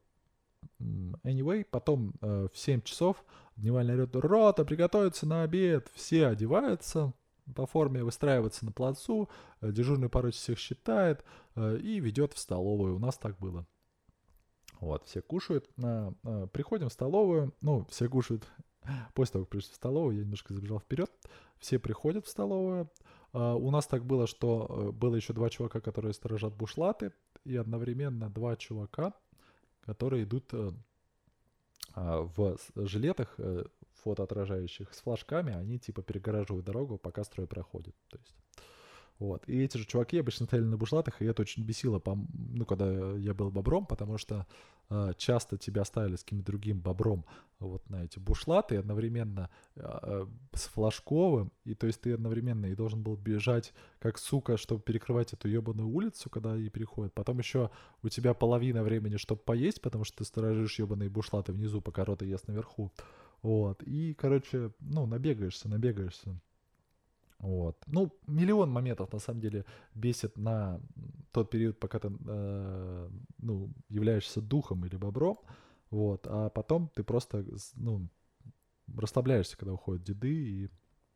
Anyway, потом в 7 часов Дневальный орет: «Рота, приготовиться на обед!» Все одеваются по форме, выстраиваются на плацу, дежурный по роте всех считает и ведет в столовую. У нас так было. Вот, все кушают. Приходим в столовую, все кушают. После того, как пришли в столовую, я немножко забежал вперед. Все приходят в столовую. У нас так было, что было еще 2 чувака, которые сторожат бушлаты, и одновременно 2 чувака, которые идут в жилетах, в фотоотражающих, с флажками, они типа перегораживают дорогу, пока строй проходит. То есть, вот. И эти же чуваки обычно стояли на бушлатах, и это очень бесило, ну, когда я был бобром, потому что часто тебя ставили с каким-то другим бобром вот на эти бушлаты одновременно с флажковым, и то есть ты одновременно и должен был бежать как сука, чтобы перекрывать эту ебаную улицу, когда они переходят. Потом еще у тебя половина времени, чтобы поесть, потому что ты сторожишь ебаные бушлаты внизу, пока рота ест наверху. Вот. И, короче, ну, набегаешься. Вот. Ну, миллион моментов, на самом деле, бесит на тот период, пока ты, ну, являешься духом или бобром, вот, а потом ты просто, ну, расслабляешься, когда уходят деды, и,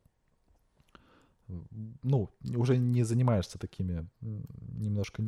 ну, уже не занимаешься такими немножко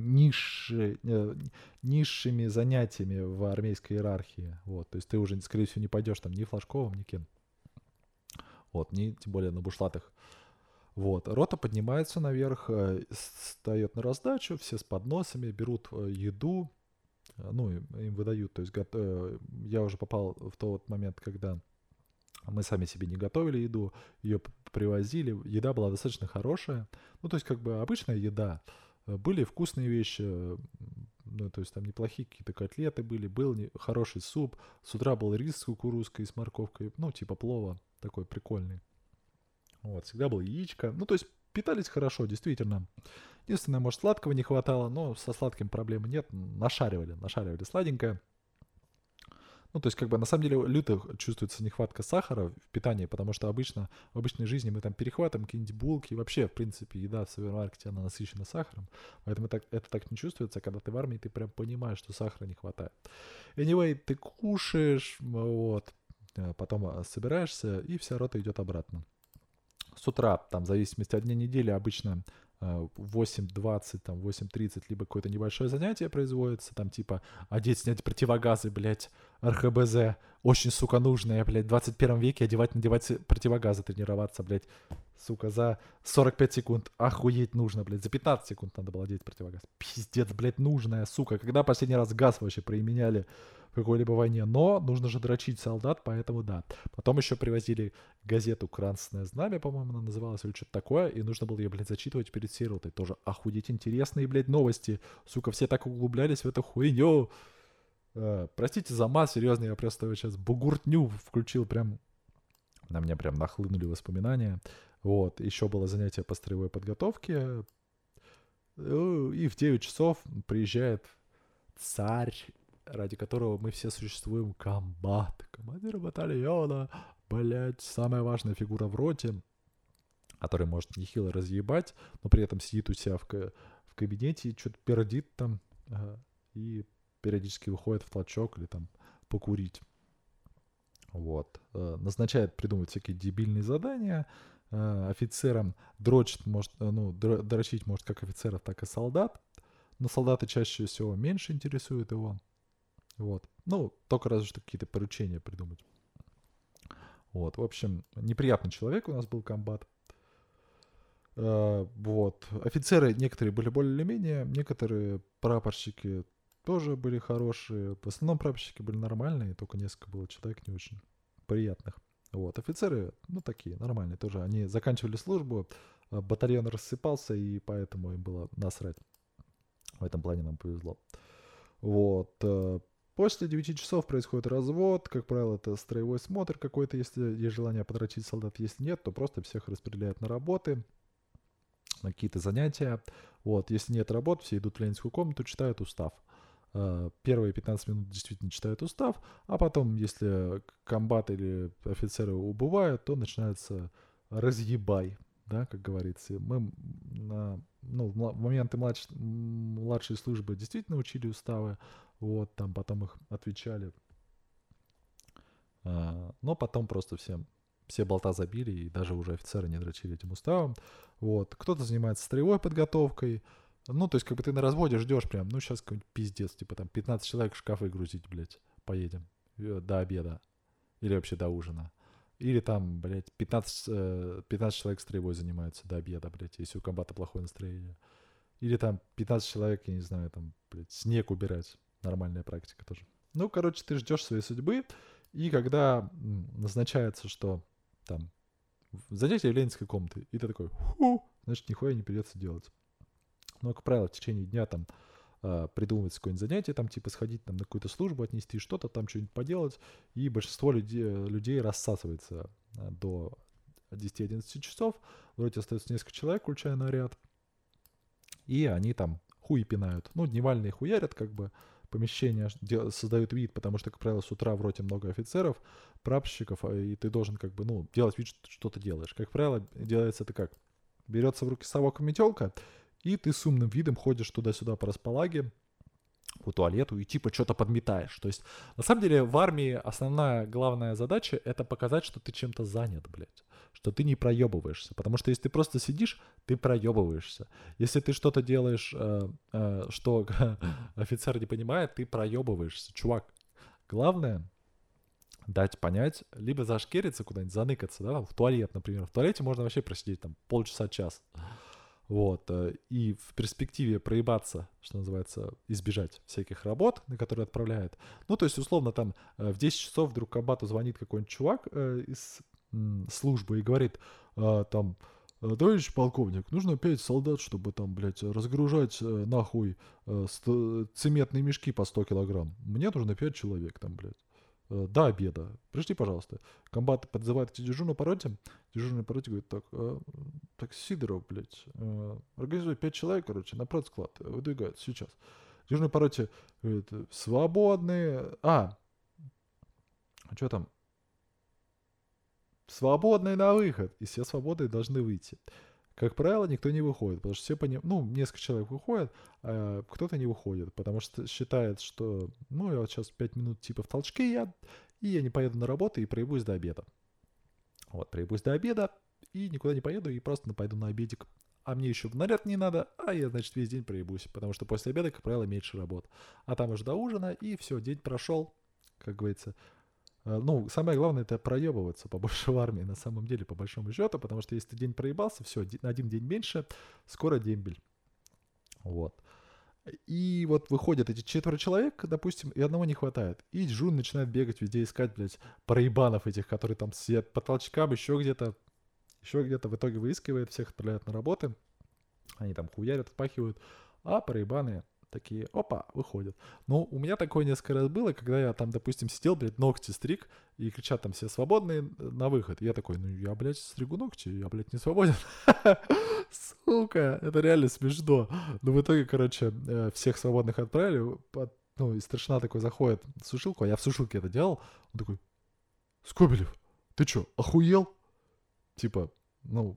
низшими занятиями в армейской иерархии, вот, то есть ты уже, скорее всего, не пойдешь там ни флажковым, ни кем, вот, ни, тем более на бушлатах. Вот, рота поднимается наверх, встает на раздачу, все с подносами, берут еду, ну, им выдают, то есть я уже попал в тот момент, когда мы сами себе не готовили еду, ее привозили, еда была достаточно хорошая, ну, то есть как бы обычная еда, были вкусные вещи, ну, то есть там неплохие какие-то котлеты были, был хороший суп, с утра был рис с кукурузкой, с морковкой, ну, типа плова, такой прикольный. Вот, всегда было яичко. Ну, то есть питались хорошо, действительно. Единственное, может, сладкого не хватало, но со сладким проблемы нет. Нашаривали сладенькое. Ну, то есть, как бы, на самом деле, люто чувствуется нехватка сахара в питании, потому что обычно, в обычной жизни мы там перехватываем какие-нибудь булки, и вообще, в принципе, еда в супермаркете, она насыщена сахаром, поэтому это так не чувствуется, когда ты в армии, ты прям понимаешь, что сахара не хватает. Anyway, ты кушаешь, вот, потом собираешься, и вся рота идет обратно. С утра, там, в зависимости от дня недели, обычно 8:20, там, 8:30, либо какое-то небольшое занятие производится, там, типа, одеть, снять противогазы, блядь, РХБЗ, очень, сука, нужное, блядь, в 21 веке надевать противогазы, тренироваться, блядь, сука, за 45 секунд, охуеть нужно, блядь, за 15 секунд надо было одеть противогаз, пиздец, блядь, нужное, сука, когда последний раз газ вообще применяли в какой-либо войне, но нужно же дрочить солдат, поэтому да. Потом еще привозили газету «Красное знамя», по-моему, она называлась, или что-то такое, и нужно было ее, блядь, зачитывать перед всей ротой. Тоже охуеть интересные, блядь, новости. Сука, все так углублялись в эту хуйню. Простите за мат, серьезно, я просто сейчас бугуртню включил, прям на меня прям нахлынули воспоминания. Вот, еще было занятие по строевой подготовке, и в 9 часов приезжает царь, ради которого мы все существуем, комбат, командир батальона, блять, самая важная фигура в роте, который может нехило разъебать, но при этом сидит у себя в кабинете и что-то пердит там, и периодически выходит в толчок или там покурить. Вот. Назначает, придумывает всякие дебильные задания. Офицерам дрочит, может, ну, дрочить может как офицеров, так и солдат. Но солдаты чаще всего меньше интересуют его. Вот. Ну, только разве что какие-то поручения придумать. Вот. В общем, неприятный человек у нас был комбат. Вот. Офицеры некоторые были более или менее, некоторые прапорщики тоже были хорошие. В основном прапорщики были нормальные, только несколько было человек не очень приятных. Вот. Офицеры, ну, такие, нормальные тоже. Они заканчивали службу, батальон рассыпался, и поэтому им было насрать. В этом плане нам повезло. Вот. После 9 часов происходит развод. Как правило, это строевой смотр какой-то, если есть желание подрочить солдат. Если нет, то просто всех распределяют на работы, на какие-то занятия. Вот. Если нет работ, все идут в ленинскую комнату, читают устав. Первые 15 минут действительно читают устав, а потом, если комбат или офицеры убывают, то начинается разъебай, да, как говорится. Мы в моменты младшей службы действительно учили уставы, вот, там потом их отвечали. Но потом просто все болта забили, и даже уже офицеры не дрочили этим уставом. Вот. Кто-то занимается строевой подготовкой. Ну, то есть, как бы ты на разводе ждешь прям, ну, сейчас какой-нибудь пиздец, типа там 15 человек в шкафы грузить, блядь, поедем до обеда. Или вообще до ужина. Или там, блядь, 15 человек строевой занимаются до обеда, блядь, если у комбата плохое настроение. Или там 15 человек, я не знаю, там, блядь, снег убирать. Нормальная практика тоже. Ну, короче, ты ждешь своей судьбы, И когда назначается, что там занятие в ленинской комнате, и ты такой, значит, нихуя не придется делать. Но, как правило, в течение дня там придумывается какое-нибудь занятие, там типа сходить там, на какую-то службу, отнести что-то, там что-нибудь поделать, и большинство людей рассасывается до 10-11 часов, вроде остается несколько человек, включая наряд, и они там хуй пинают. Ну, дневальные хуярят, как бы, помещения создают вид, потому что, как правило, с утра в роте много офицеров, прапорщиков, и ты должен, как бы, ну, делать вид, что ты делаешь. Как правило, делается это как? Берется в руки совок и метелка, и ты с умным видом ходишь туда-сюда по располаге, по туалету и типа что-то подметаешь. То есть, на самом деле, в армии основная главная задача — это показать, что ты чем-то занят, блядь. Что ты не проебываешься. Потому что если ты просто сидишь, ты проебываешься. Если ты что-то делаешь, что офицер не понимает, ты проебываешься. Чувак, главное дать понять, либо зашкериться куда-нибудь, заныкаться, да, в туалет, например. В туалете можно вообще просидеть там полчаса-час. Вот, и в перспективе проебаться, что называется, избежать всяких работ, на которые отправляют. Ну, то есть, условно, там в 10 часов вдруг комбату звонит какой-нибудь чувак из службы и говорит, там, товарищ полковник, нужно 5 солдат, чтобы там, блядь, разгружать нахуй цементные мешки по 100 килограмм. Мне нужно 5 человек там, блядь. До обеда. Пришли, пожалуйста. Комбат подзывает эти дежурного по роте. Дежурный по роте говорит, так, Сидоров, блядь, организуй 5 человек, короче, на продсклад. Выдвигают сейчас. Дежурный по роте говорит, свободные... Что там? Свободные на выход. И все свободные должны выйти. Как правило, никто не выходит, потому что все понимают, ну, несколько человек выходят, а кто-то не выходит, потому что считает, что, ну, я вот сейчас 5 минут типа в толчке и я не поеду на работу и проебусь до обеда. Вот, проебусь до обеда и никуда не поеду и просто пойду на обедик. А мне еще в наряд не надо, а я, значит, весь день проебусь, потому что после обеда, как правило, меньше работ. А там уже до ужина, и все, день прошел, как говорится. Ну, самое главное — это проебываться побольше в армии, на самом деле, по большому счету, потому что если ты день проебался, все, на один день меньше, скоро дембель. Вот. И вот выходят эти 4 человек, допустим, и одного не хватает. И Джун начинает бегать везде, искать, блядь, проебанов этих, которые там сидят по толчкам, еще где-то, в итоге выискивает, всех отправляют на работы. Они там хуярят, отпахивают, а проебаны такие, опа, выходят. Ну, у меня такое несколько раз было, когда я там, допустим, сидел, блядь, ногти стриг, и кричат там все свободные на выход. И я такой, ну, я, блядь, стригу ногти, я, блядь, не свободен. Сука, это реально смешно. Ну, в итоге, короче, всех свободных отправили, ну, и старшина такой заходит в сушилку, а я в сушилке это делал, он такой, Скобелев, ты чё, охуел? Типа, ну,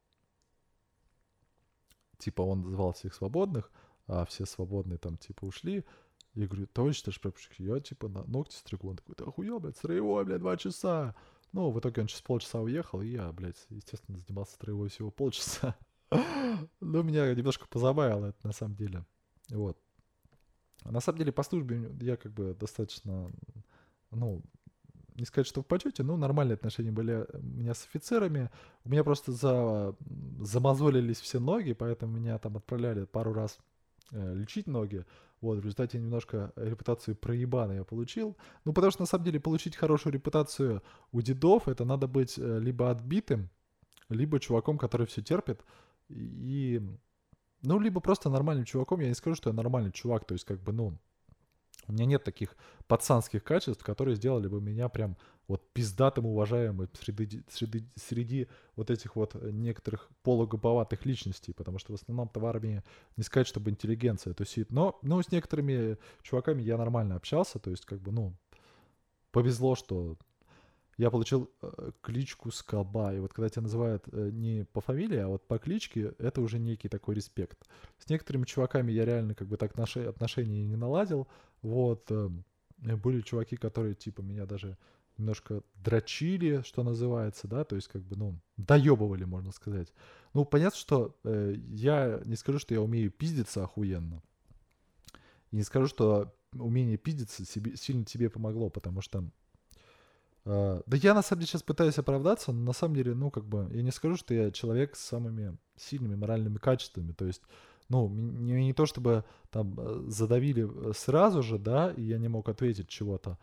типа он звал всех свободных, а все свободные там типа ушли. Я говорю, товарищ старший прапорщик, я типа на ногти стригу. Он такой, ты охуел, блядь, строевой, блядь, 2 часа. Ну, в итоге он через полчаса уехал, и я, блядь, естественно, занимался строевой всего полчаса. Ну, меня немножко позабавило это на самом деле. Вот. На самом деле по службе я как бы достаточно, ну, не сказать, что в почете, но нормальные отношения были у меня с офицерами. У меня просто замазолились все ноги, поэтому меня там отправляли пару раз лечить ноги. Вот, в результате немножко репутацию проебана я получил. Ну, потому что, на самом деле, получить хорошую репутацию у дедов, это надо быть либо отбитым, либо чуваком, который все терпит. И, ну, либо просто нормальным чуваком. Я не скажу, что я нормальный чувак, то есть, как бы, ну, у меня нет таких пацанских качеств, которые сделали бы меня прям вот пиздатым уважаемым среди вот этих вот некоторых полугоповатых личностей, потому что в основном-то в армии не сказать, чтобы интеллигенция тусит. Но с некоторыми чуваками я нормально общался, то есть как бы, ну, повезло, что я получил кличку Скоба, и вот когда тебя называют не по фамилии, а вот по кличке, это уже некий такой респект. С некоторыми чуваками я реально как бы так отношения не наладил, вот. Были чуваки, которые типа меня даже немножко дрочили, что называется, да, то есть как бы, ну, доебывали, можно сказать. Ну, понятно, что я не скажу, что я умею пиздиться охуенно, и не скажу, что умение пиздиться сильно тебе помогло, потому что да я на самом деле сейчас пытаюсь оправдаться, но на самом деле, ну, как бы, я не скажу, что я человек с самыми сильными моральными качествами, то есть, ну, не то чтобы там задавили сразу же, да, и я не мог ответить чего-то,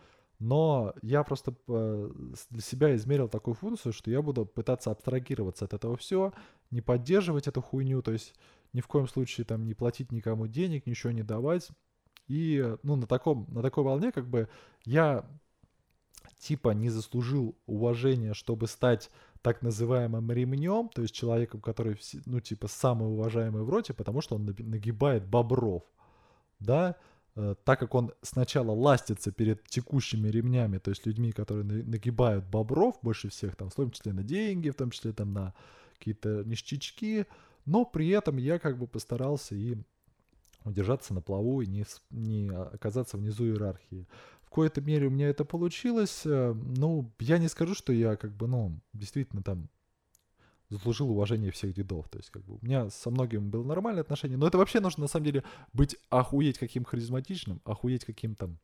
Но я просто для себя измерил такую функцию, что я буду пытаться абстрагироваться от этого все, не поддерживать эту хуйню, то есть ни в коем случае там не платить никому денег, ничего не давать. И, ну, на такой волне как бы я типа не заслужил уважения, чтобы стать так называемым ремнем, то есть человеком, который, ну, типа, самый уважаемый в роте, потому что он нагибает бобров, да, так как он сначала ластится перед текущими ремнями, то есть людьми, которые нагибают бобров больше всех, там, в том числе на деньги, в том числе там на какие-то ништячки, но при этом я как бы постарался и удержаться на плаву и не оказаться внизу иерархии. В какой-то мере у меня это получилось. Ну, я не скажу, что я как бы, ну, действительно там заслужил уважение всех дедов. То есть, как бы, у меня со многими было нормальное отношение. Но это вообще нужно, на самом деле, быть охуеть каким харизматичным, охуеть каким там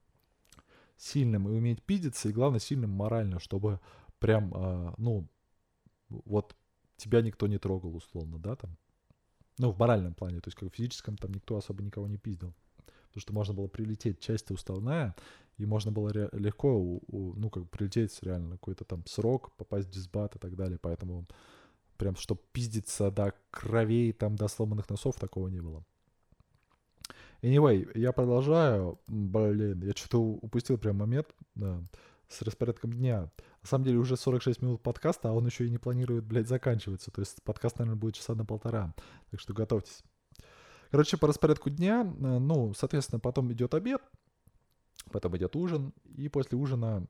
сильным и уметь пиздиться, и главное, сильным морально, чтобы прям, ну, вот тебя никто не трогал, условно, да, там. Ну, в моральном плане, то есть как в физическом там никто особо никого не пиздил. Потому что можно было прилететь, часть уставная, и можно было легко, ну, как бы прилететь реально на какой-то там срок, попасть в дисбат и так далее. Поэтому прям, чтобы пиздиться до кровей, там, до сломанных носов, такого не было. Anyway, я продолжаю. Блин, я что-то упустил прям момент, да, с распорядком дня. На самом деле уже 46 минут подкаста, а он еще и не планирует, блядь, заканчиваться. То есть подкаст, наверное, будет часа на полтора. Так что готовьтесь. Короче, по распорядку дня, ну, соответственно, потом идет обед, потом идет ужин, и после ужина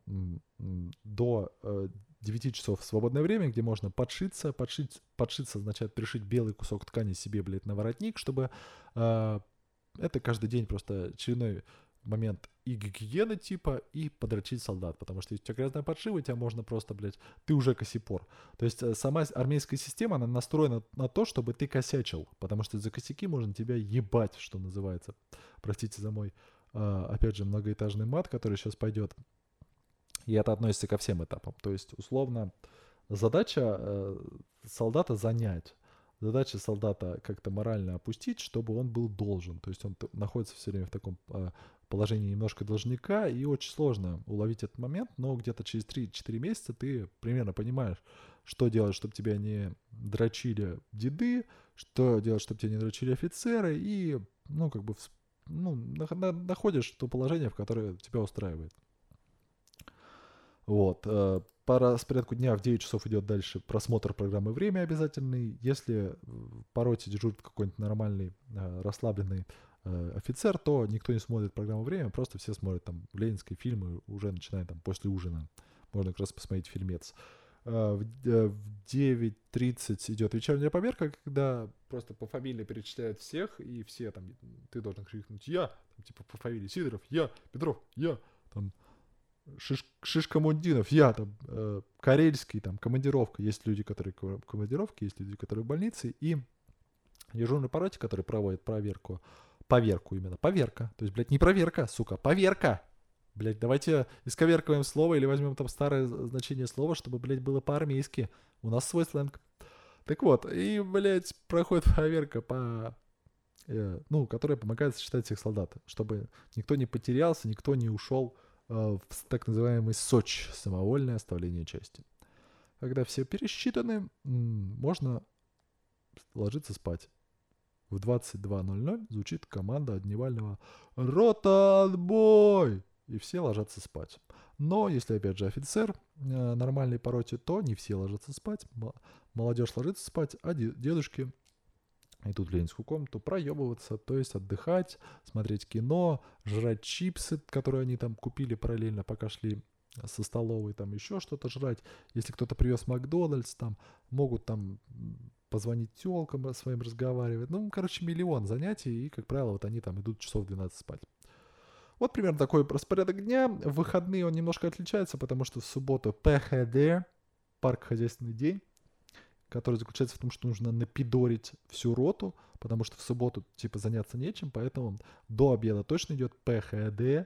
до 9 часов свободное время, где можно подшиться означает пришить белый кусок ткани себе, блядь, на воротник, чтобы это каждый день просто очередной момент и гигиены типа, и подрочить солдат. Потому что если у тебя грязная подшива, тебя можно просто, блядь, ты уже косипор. То есть сама армейская система, она настроена на то, чтобы ты косячил. Потому что за косяки можно тебя ебать, что называется. Простите за мой, опять же, многоэтажный мат, который сейчас пойдет. И это относится ко всем этапам. То есть, условно, задача солдата занять. Задача солдата как-то морально опустить, чтобы он был должен. То есть он находится все время в таком положении немножко должника, и очень сложно уловить этот момент, но где-то через 3-4 месяца ты примерно понимаешь, что делать, чтобы тебя не дрочили деды, что делать, чтобы тебя не дрочили офицеры, и, ну, как бы, ну, находишь то положение, в которое тебя устраивает. Вот. По распорядку дня в 9 часов идет дальше просмотр программы «Время» обязательный. Если по роте дежурит какой-нибудь нормальный, расслабленный офицер, то никто не смотрит программу «Время», просто все смотрят там ленинские фильмы, уже начиная там после ужина. Можно как раз посмотреть фильмец. В 9:30 идет вечерняя поверка, когда просто по фамилии перечисляют всех, и все там, ты должен крикнуть «Я», там, типа по фамилии Сидоров, «Я», Петров, «Я», там, Шишкамундинов, я там, Карельский, там, командировка. Есть люди, которые в командировке, есть люди, которые в больнице. И дежурный по роте, который проводит поверку именно, поверка. То есть, блядь, не проверка, сука, поверка. Блядь, давайте исковеркаем слово или возьмем там старое значение слова, чтобы, блядь, было по-армейски. У нас свой сленг. Так вот, и, блядь, проходит проверка ну, которая помогает сочетать всех солдат, чтобы никто не потерялся, никто не ушел в так называемый СОЧ, самовольное оставление части. Когда все пересчитаны, можно ложиться спать. В 22:00 звучит команда от Дневального «Рота, отбой!» И все ложатся спать. Но если, опять же, офицер нормальный по роте, то не все ложатся спать. Молодежь ложится спать, а дедушки идут в ленинскую комнату проебываться, то есть отдыхать, смотреть кино, жрать чипсы, которые они там купили параллельно, пока шли со столовой, там еще что-то жрать. Если кто-то привез Макдональдс, там могут там позвонить тёлкам своим разговаривать. Ну, короче, миллион занятий, и, как правило, вот они там идут часов 12 спать. Вот примерно такой распорядок дня. В выходные он немножко отличается, потому что в субботу ПХД, парк хозяйственный день, который заключается в том, что нужно напидорить всю роту, потому что в субботу типа заняться нечем, поэтому до обеда точно идет ПХД.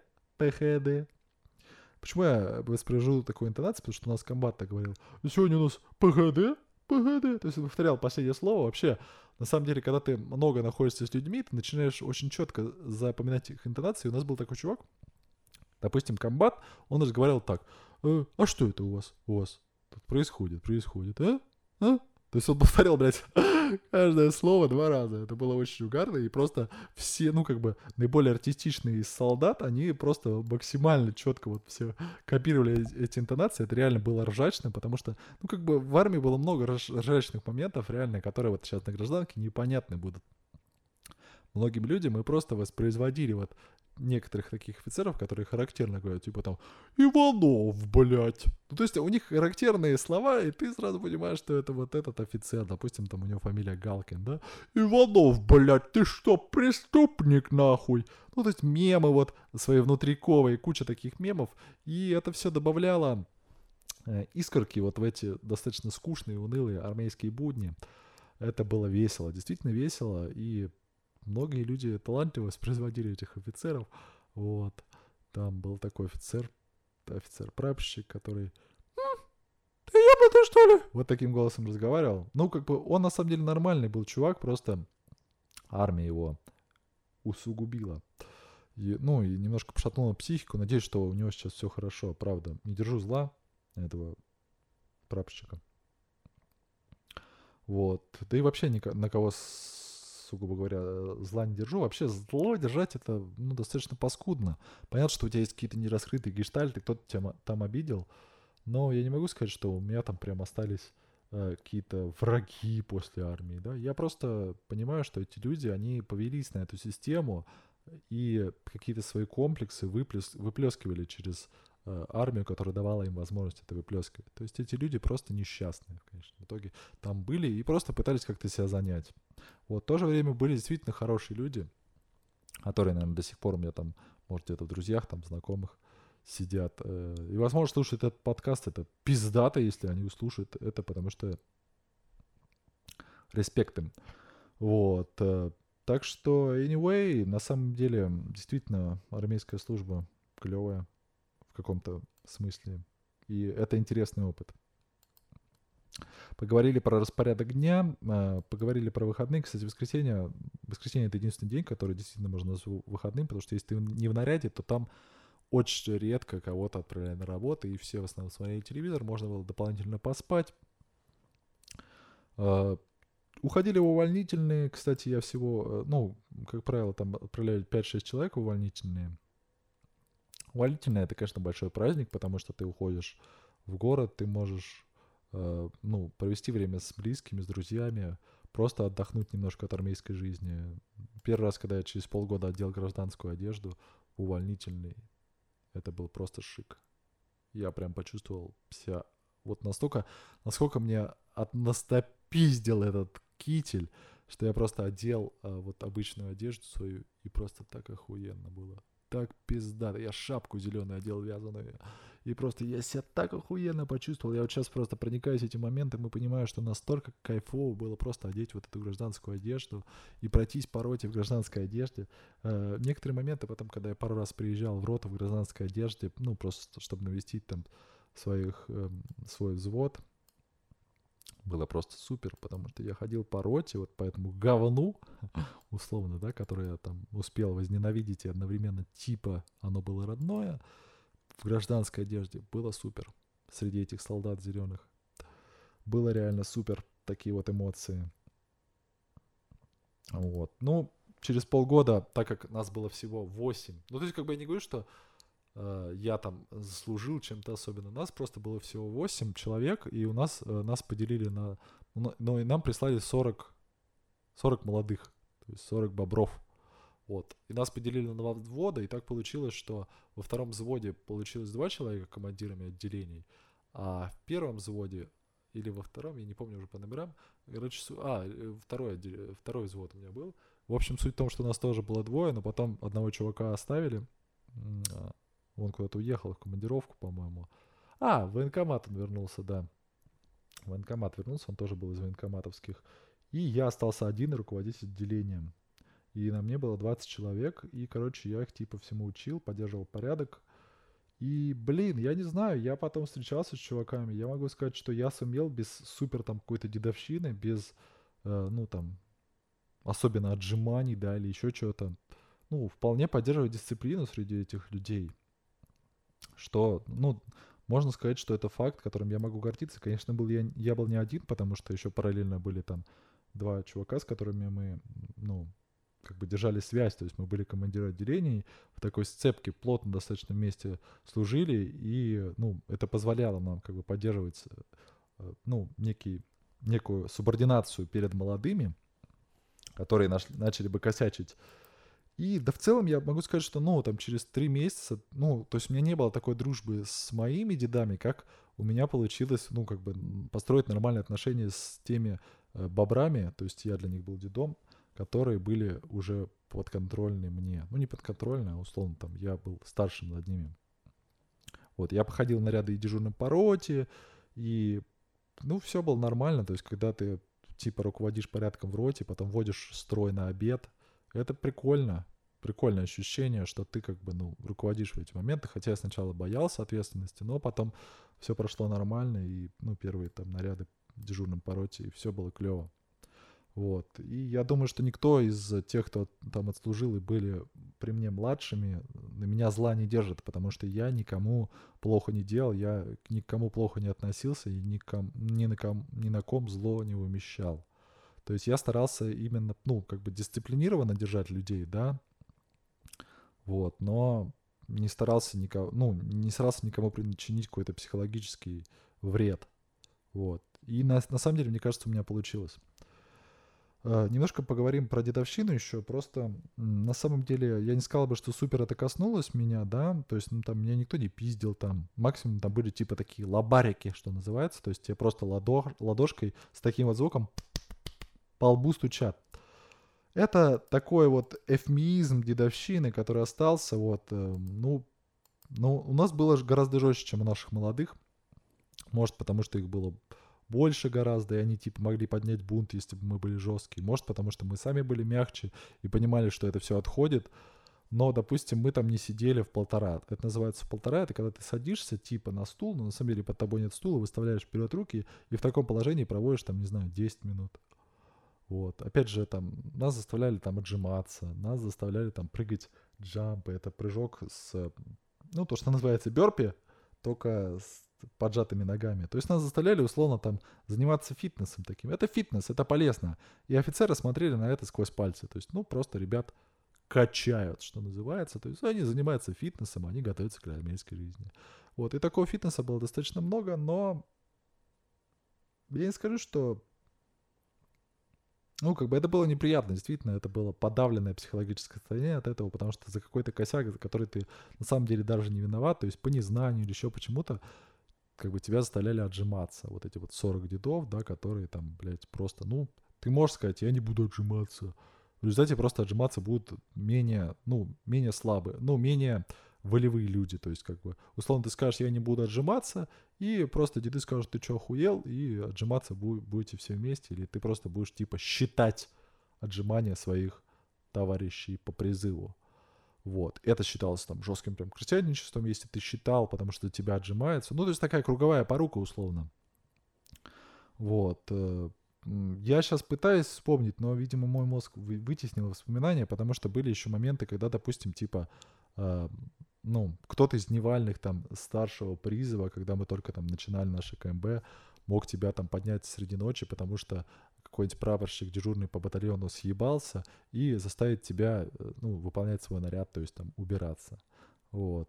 Почему я воспроизвожу такую интонацию? Потому что у нас комбат так говорил. Сегодня у нас ПХД. То есть он повторял последнее слово. Вообще, на самом деле, когда ты много находишься с людьми, ты начинаешь очень четко запоминать их интонации. У нас был такой чувак, Допустим, комбат, он разговаривал так: а что это у вас тут происходит, а? А? То есть он повторял, блядь, каждое слово 2 раза. Это было очень угарно. И просто все, ну, как бы, наиболее артистичные из солдат, они просто максимально четко вот все копировали эти интонации. Это реально было ржачно, потому что, ну, как бы, в армии было много ржачных моментов, реально, которые вот сейчас на гражданке непонятны будут многим людям, и просто воспроизводили вот некоторых таких офицеров, которые характерно говорят, типа там «Иванов, блядь». Ну, то есть у них характерные слова, и ты сразу понимаешь, что это вот этот офицер. Допустим, там у него фамилия Галкин, да? «Иванов, блядь, ты что, преступник, нахуй?» Ну, то есть мемы вот свои внутриковые, куча таких мемов, и это все добавляло искорки вот в эти достаточно скучные, унылые армейские будни. Это было весело, действительно весело, и многие люди талантливо воспроизводили этих офицеров. Вот. Там был такой офицер-прапорщик, который «Ты ебнутый, что ли?» Вот таким голосом разговаривал. Ну, как бы он на самом деле нормальный был чувак, просто армия его усугубила. И, ну, и немножко пошатнула психику. Надеюсь, что у него сейчас все хорошо, правда. Не держу зла на этого прапорщика. Вот. Да и вообще на кого, сугубо говоря, зла не держу. Вообще зло держать это, ну, достаточно паскудно. Понятно, что у тебя есть какие-то нераскрытые гештальты, кто-то тебя там обидел, но я не могу сказать, что у меня там прям остались какие-то враги после армии, да. Я просто понимаю, что эти люди, они повелись на эту систему и какие-то свои комплексы выплескивали через армию, которая давала им возможность это выплескивать. То есть эти люди просто несчастные в конечном итоге там были и просто пытались как-то себя занять. Вот, в то же время были действительно хорошие люди, которые, наверное, до сих пор у меня там, может, где-то в друзьях, там, знакомых сидят. И, возможно, слушают этот подкаст. Это пиздато, если они услышат это, потому что респект им. Вот. Так что, anyway, на самом деле, действительно, армейская служба клевая в каком-то смысле. И это интересный опыт. Поговорили про распорядок дня, поговорили про выходные. Кстати, воскресенье это единственный день, который действительно можно назвать выходным, потому что если ты не в наряде, то там очень редко кого-то отправляли на работу, и все в основном смотрели телевизор, можно было дополнительно поспать. Уходили в увольнительные, кстати, я всего, ну, как правило, там отправляли 5-6 человек в увольнительные. Увольнительные это, конечно, большой праздник, потому что ты уходишь в город, ты можешь, ну, провести время с близкими, с друзьями, просто отдохнуть немножко от армейской жизни. Первый раз, когда я через полгода одел гражданскую одежду в увольнительный, это был просто шик. Я прям почувствовал себя вот настолько, насколько мне настопиздил этот китель, что я просто одел вот обычную одежду свою, и просто так охуенно было. Так пиздато. Я шапку зеленую одел вязаную. И просто я себя так охуенно почувствовал. Я вот сейчас просто проникаюсь этим моментом и понимаю, что настолько кайфово было просто одеть вот эту гражданскую одежду и пройтись по роте в гражданской одежде. Некоторые моменты потом, когда я пару раз приезжал в роту в гражданской одежде, ну, просто чтобы навестить там свой взвод, было просто супер, потому что я ходил по роте, вот по этому говну, условно, да, которое я там успел возненавидеть, и одновременно типа оно было родное, в гражданской одежде было супер. Среди этих солдат зеленых было реально супер, такие вот эмоции. Вот. Ну, через полгода, так как нас было всего 8, ну, то есть, как бы я не говорю, что я там заслужил чем-то особенно. Нас просто было всего 8 человек, и у нас поделили на... Ну, и нам прислали 40 молодых, то есть 40 бобров. Вот. И нас поделили на 2 взвода, и так получилось, что во втором взводе получилось 2 человека командирами отделений, а в первом взводе или во втором, я не помню уже по номерам, короче, второй взвод у меня был. В общем, суть в том, что нас тоже было 2, но потом одного чувака оставили, он куда-то уехал в командировку, по-моему. В военкомат он вернулся, да. В военкомат вернулся, он тоже был из военкоматовских. И я остался один руководить отделением. И на мне было 20 человек, и, короче, я их типа всему учил, поддерживал порядок. И, блин, я не знаю, я потом встречался с чуваками, я могу сказать, что я сумел без супер там какой-то дедовщины, без, ну там, особенно отжиманий, да, или еще чего-то, ну, вполне поддерживать дисциплину среди этих людей. что, ну, можно сказать, что это факт, которым я могу гордиться. Конечно, я был не один, потому что еще параллельно были там два чувака, с которыми мы, ну, как бы держали связь, то есть мы были командиры отделений, в такой сцепке плотно достаточно вместе служили, и, ну, это позволяло нам как бы поддерживать, ну, некую субординацию перед молодыми, которые начали бы косячить. И да в целом я могу сказать, что, ну, там через 3 месяца, ну, то есть у меня не было такой дружбы с моими дедами, как у меня получилось, ну, как бы построить нормальные отношения с теми бобрами, то есть я для них был дедом, которые были уже подконтрольны мне. Ну, не подконтрольны, а условно там я был старшим над ними. Вот, я походил наряды и дежурным по роте, и, ну, все было нормально, то есть когда ты типа руководишь порядком в роте, потом водишь строй на обед, это прикольно. Прикольное ощущение, что ты как бы, ну, руководишь в эти моменты, хотя я сначала боялся ответственности, но потом все прошло нормально, и, ну, первые там наряды дежурным по роте, и все было клево. Вот. И я думаю, что никто из тех, кто там отслужил и были при мне младшими, на меня зла не держит, потому что я никому плохо не делал, я к никому плохо не относился и ни на ком зло не вымещал. То есть я старался именно, ну, как бы дисциплинированно держать людей, да, вот, но не старался никого, ну, не старался никому причинить какой-то психологический вред, вот. И на самом деле, мне кажется, у меня получилось. Немножко поговорим про дедовщину еще. Просто на самом деле я не сказал бы, что супер это коснулось меня, да. То есть, ну, там меня никто не пиздил там. Максимум там были типа такие лабарики, что называется. То есть тебе просто ладошкой с таким вот звуком по лбу стучат. Это такой вот эвфемизм дедовщины, который остался. Вот, ну, у нас было же гораздо жестче, чем у наших молодых. Может, потому что их было больше гораздо, и они типа могли поднять бунт, если бы мы были жесткие. Может, потому что мы сами были мягче и понимали, что это все отходит. Но, допустим, мы там не сидели в полтора. Это называется полтора. Это когда ты садишься типа на стул, но на самом деле под тобой нет стула, выставляешь вперед руки и в таком положении проводишь там, не знаю, 10 минут. Вот. Опять же, там, нас заставляли там отжиматься, нас заставляли там прыгать джампы. Это прыжок с, ну, то, что называется бёрпи, только с поджатыми ногами. То есть нас заставляли условно там заниматься фитнесом таким. Это фитнес, это полезно. И офицеры смотрели на это сквозь пальцы. То есть, ну, просто ребят качают, что называется. То есть они занимаются фитнесом, они готовятся к армейской жизни. Вот. И такого фитнеса было достаточно много, но я не скажу, что ну, как бы это было неприятно, действительно, это было подавленное психологическое состояние от этого, потому что за какой-то косяк, за который ты на самом деле даже не виноват, то есть по незнанию или еще почему-то, как бы тебя заставляли отжиматься. Вот эти вот 40 дедов, да, которые там, блядь, просто, ну, ты можешь сказать, я не буду отжиматься. В результате просто отжиматься будут менее, ну, менее слабые, ну, менее волевые люди. То есть, как бы, условно, ты скажешь, я не буду отжиматься, и просто деды скажут, ты что, охуел, и отжиматься будете все вместе, или ты просто будешь, типа, считать отжимания своих товарищей по призыву. Вот. Это считалось там жестким прям крестьянничеством, если ты считал, потому что тебя отжимается. Ну, то есть такая круговая порука, условно. Вот. Я сейчас пытаюсь вспомнить, но, видимо, мой мозг вытеснил воспоминания, потому что были еще моменты, когда, допустим, типа, э, ну, кто-то из дневальных там старшего призыва, когда мы только там начинали наше КМБ, мог тебя там поднять среди ночи, потому что какой-нибудь прапорщик дежурный по батальону съебался и заставить тебя, ну, выполнять свой наряд, то есть там убираться. Вот.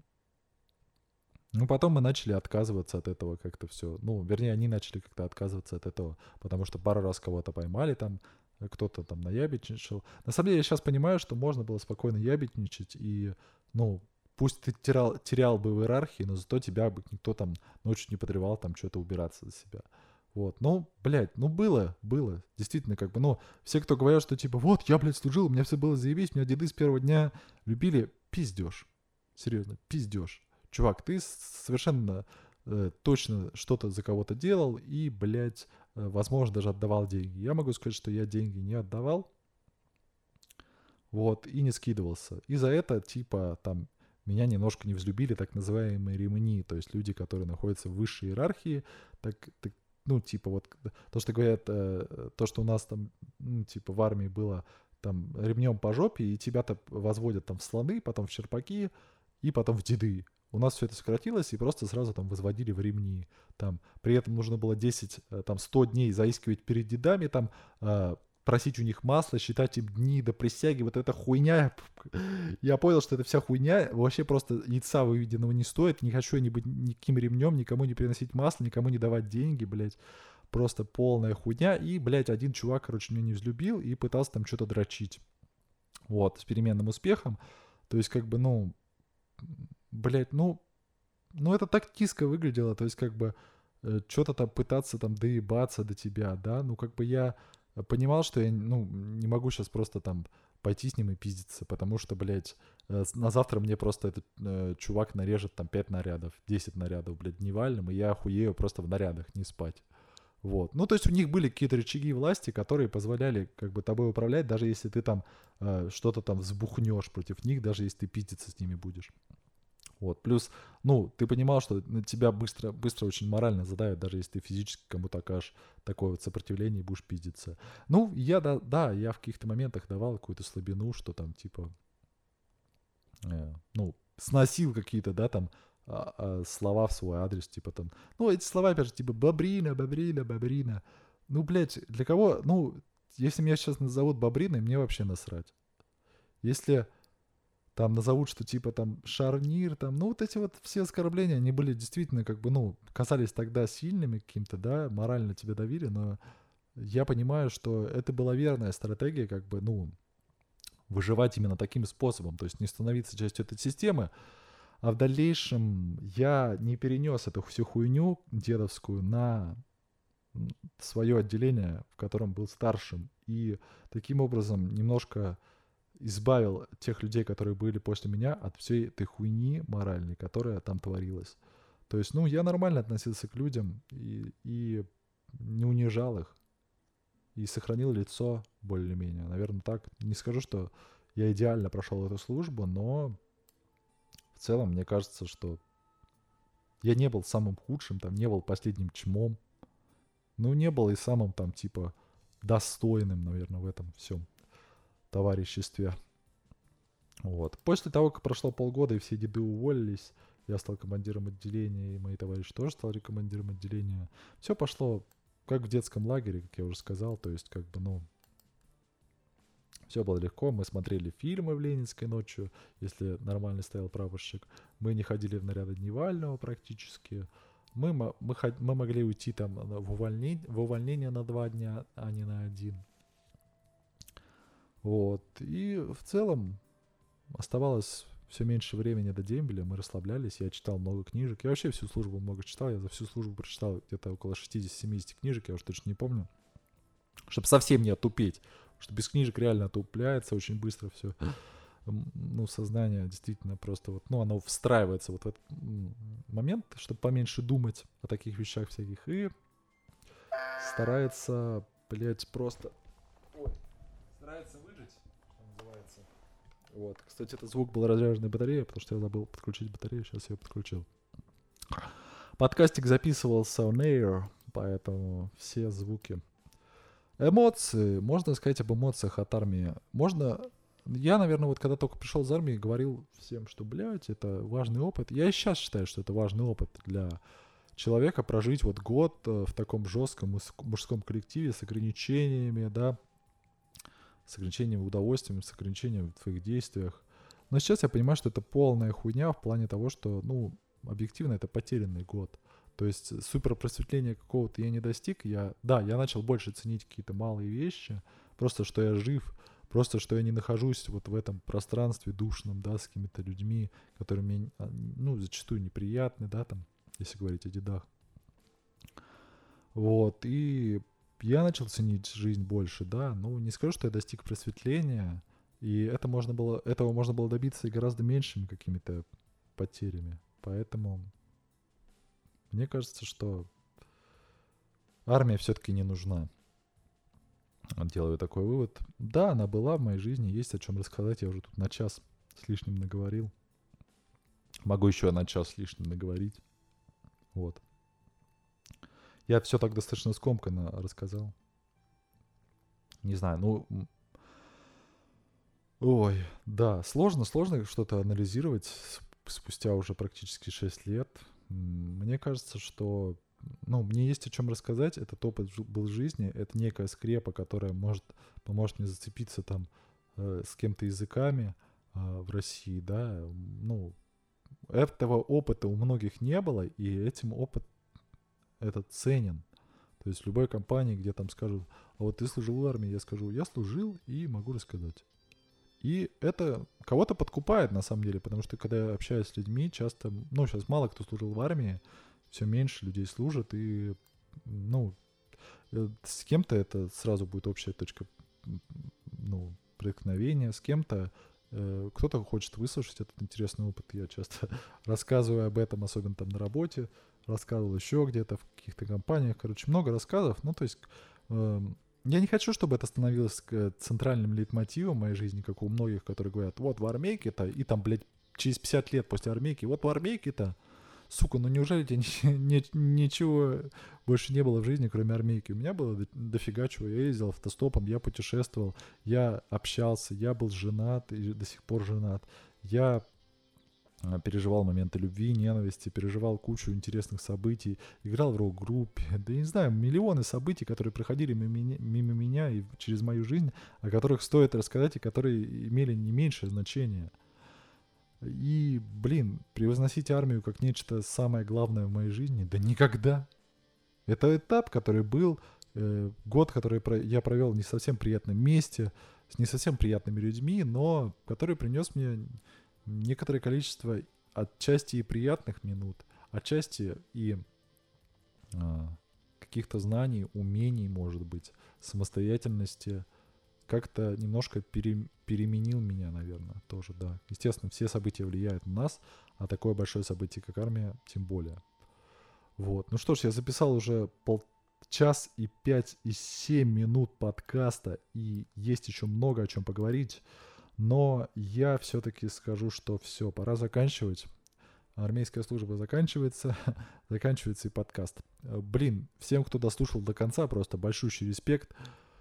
Ну, потом мы начали отказываться от этого как-то все. Ну, вернее, они начали как-то отказываться от этого, потому что пару раз кого-то поймали там, кто-то там наябедничал. На самом деле, я сейчас понимаю, что можно было спокойно ябедничать и, ну, пусть ты терял бы в иерархии, но зато тебя бы никто там ночью не подрывал там что-то убираться за себя. Вот, ну, блядь, ну было. Действительно, как бы, ну, все, кто говорят, что типа, вот, я, блядь, служил, у меня все было заебись, меня деды с первого дня любили, пиздешь. Серьезно, пиздешь. Чувак, ты совершенно точно что-то за кого-то делал и, блядь, возможно, даже отдавал деньги. Я могу сказать, что я деньги не отдавал, вот, и не скидывался. И за это, типа, там, меня немножко не взлюбили так называемые ремни, то есть люди, которые находятся в высшей иерархии, так ну, типа, вот, то, что говорят, то, что у нас там, ну, типа, в армии было там ремнем по жопе, и тебя-то возводят там в слоны, потом в черпаки, и потом в деды. У нас все это сократилось, и просто сразу там возводили в ремни. Там, при этом нужно было 10, там 100 дней заискивать перед дедами, там просить у них масло, считать им дни до присяги, вот эта хуйня. Я понял, что эта вся хуйня вообще просто яйца выведенного не стоит. Не хочу я ни быть никаким ремнем, никому не приносить масло, никому не давать деньги, блядь. Просто полная хуйня. И, блядь, один чувак, короче, меня не взлюбил и пытался там что-то дрочить. Вот, с переменным успехом. То есть, как бы, ну, блядь, ну это так киска выглядело. То есть, как бы, что-то там пытаться там доебаться до тебя, да. Ну, как бы я понимал, что я, ну, не могу сейчас просто там пойти с ним и пиздиться, потому что, блядь, на завтра мне просто этот чувак нарежет там 5 нарядов, 10 нарядов, блядь, дневальным, и я охуею просто в нарядах не спать. Вот. Ну, то есть у них были какие-то рычаги власти, которые позволяли как бы тобой управлять, даже если ты там что-то там взбухнешь против них, даже если ты пиздиться с ними будешь. Вот. Плюс, ну, ты понимал, что на тебя быстро, быстро очень морально задавят, даже если ты физически кому-то окажешь такое вот сопротивление и будешь пиздиться. Ну, я, да, я в каких-то моментах давал какую-то слабину, что там, типа, ну, сносил какие-то, да, там, слова в свой адрес, типа там, ну, эти слова, опять же, типа, бобрина, бобрина, бобрина. Ну, блядь, для кого, ну, если меня сейчас назовут бобриной, мне вообще насрать. Если там назовут, что типа там шарнир, там, ну, вот эти вот все оскорбления, они были действительно, как бы, ну, казались тогда сильными каким-то, да, морально тебе давили, но я понимаю, что это была верная стратегия, как бы, ну, выживать именно таким способом, то есть не становиться частью этой системы, а в дальнейшем я не перенес эту всю хуйню дедовскую на свое отделение, в котором был старшим, и таким образом немножко избавил тех людей, которые были после меня, от всей этой хуйни моральной, которая там творилась. То есть, ну, я нормально относился к людям и не унижал их, и сохранил лицо более-менее. Наверное, так. Не скажу, что я идеально прошел эту службу, но в целом мне кажется, что я не был самым худшим, там, не был последним чмом, ну, не был и самым там, типа, достойным, наверное, в этом всем товариществе. Вот. После того, как прошло полгода и все деды уволились, я стал командиром отделения, и мои товарищи тоже стали командиром отделения. Все пошло как в детском лагере, как я уже сказал, то есть как бы, ну, все было легко. Мы смотрели фильмы в Ленинской ночью, если нормально стоял прапорщик. Мы не ходили в наряды Дневального практически. Мы могли уйти там в увольнение на 2 дня, а не на один. Вот. И в целом оставалось все меньше времени до дембеля, мы расслаблялись, я читал много книжек. Я вообще всю службу много читал, я за всю службу прочитал где-то около 60-70 книжек, я уже точно не помню. Чтобы совсем не отупеть, что без книжек реально отупляется очень быстро все. Ну, сознание действительно просто вот, ну, оно встраивается вот в этот момент, чтобы поменьше думать о таких вещах всяких, и старается, блядь, просто... Ой, старается выжить, что называется. Вот. Кстати, это звук был разряженной батареи, потому что я забыл подключить батарею, сейчас я ее подключил. Подкастик записывался on air, поэтому все звуки. Эмоции. Можно сказать об эмоциях от армии. Можно... Я, наверное, вот когда только пришел из армии, говорил всем, что, блядь, это важный опыт. Я и сейчас считаю, что это важный опыт для человека прожить вот год в таком жестком мужском коллективе с ограничениями, да, с ограничением удовольствием, с ограничением в твоих действиях. Но сейчас я понимаю, что это полная хуйня в плане того, что, ну, объективно это потерянный год. То есть супер просветления какого-то я не достиг. Я начал больше ценить какие-то малые вещи. Просто, что я жив, просто, что я не нахожусь вот в этом пространстве душном, да, с какими-то людьми, которые мне, ну, зачастую неприятны, да, там, если говорить о дедах. Вот, и я начал ценить жизнь больше, да, ну, не скажу, что я достиг просветления, и этого можно было добиться и гораздо меньшими какими-то потерями. Поэтому мне кажется, что армия все-таки не нужна. Делаю такой вывод. Да, она была в моей жизни, есть о чем рассказать. Я уже тут на час с лишним наговорил. Могу еще на час с лишним наговорить. Вот. Я все так достаточно скомканно рассказал. Не знаю, ну... Ой, да, сложно что-то анализировать спустя уже практически 6 лет, мне кажется, что мне есть о чем рассказать. Этот опыт был в жизни. Это некая скрепа, которая поможет мне зацепиться там с кем-то языками в России, да. Этого опыта у многих не было, и этим опыт этот ценен. То есть в любой компании, где там скажут, а вот ты служил в армии, я скажу, я служил и могу рассказать. И это кого-то подкупает на самом деле, потому что когда я общаюсь с людьми, часто, сейчас мало кто служил в армии, все меньше людей служат, и, с кем-то это сразу будет общая точка, преткновения, с кем-то кто-то хочет выслушать этот интересный опыт. Я часто рассказываю об этом, особенно там на работе, рассказывал еще где-то в каких-то компаниях. Короче, много рассказов. Я не хочу, чтобы это становилось центральным лейтмотивом моей жизни, как у многих, которые говорят, вот в армейке-то, и там, блядь, через 50 лет после армейки, вот в армейке-то, сука, неужели у тебя ничего больше не было в жизни, кроме армейки? У меня было дофига чего. Я ездил автостопом, я путешествовал, я общался, я был женат и до сих пор женат. Я переживал моменты любви, ненависти, переживал кучу интересных событий, играл в рок-группе, да я не знаю, миллионы событий, которые проходили мимо меня и через мою жизнь, о которых стоит рассказать и которые имели не меньшее значение. И, превозносить армию как нечто самое главное в моей жизни, да никогда. Это этап, который был, год, который я провел в не совсем приятном месте, с не совсем приятными людьми, но который принес мне некоторое количество отчасти и приятных минут, отчасти и каких-то знаний, умений, может быть, самостоятельности, как-то немножко переменил меня, наверное, тоже, да. Естественно, все события влияют на нас, а такое большое событие, как армия, тем более. Вот. Ну что ж, я записал уже час и 5 и 7 минут подкаста, и есть еще много о чем поговорить, но я все-таки скажу, что все, пора заканчивать. Армейская служба заканчивается, заканчивается и подкаст. Всем, кто дослушал до конца, просто большущий респект.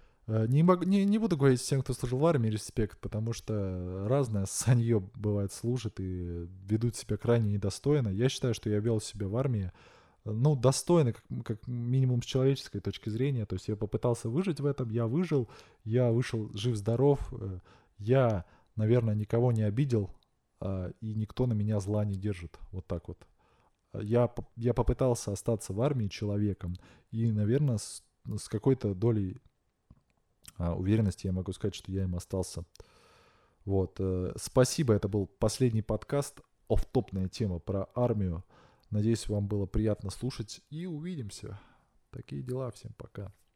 Не буду говорить всем, кто служил в армии, респект, потому что разное санье бывает служит и ведут себя крайне недостойно. Я считаю, что я вел себя в армии, достойно, как минимум с человеческой точки зрения. То есть я попытался выжить в этом, я выжил, я вышел жив-здоров, я, наверное, никого не обидел, и никто на меня зла не держит. Вот так вот. Я попытался остаться в армии человеком, и, наверное, с какой-то долей уверенности я могу сказать, что я им остался. Вот. Спасибо, это был последний подкаст, оффтопная тема про армию. Надеюсь, вам было приятно слушать, и увидимся. Такие дела, всем пока.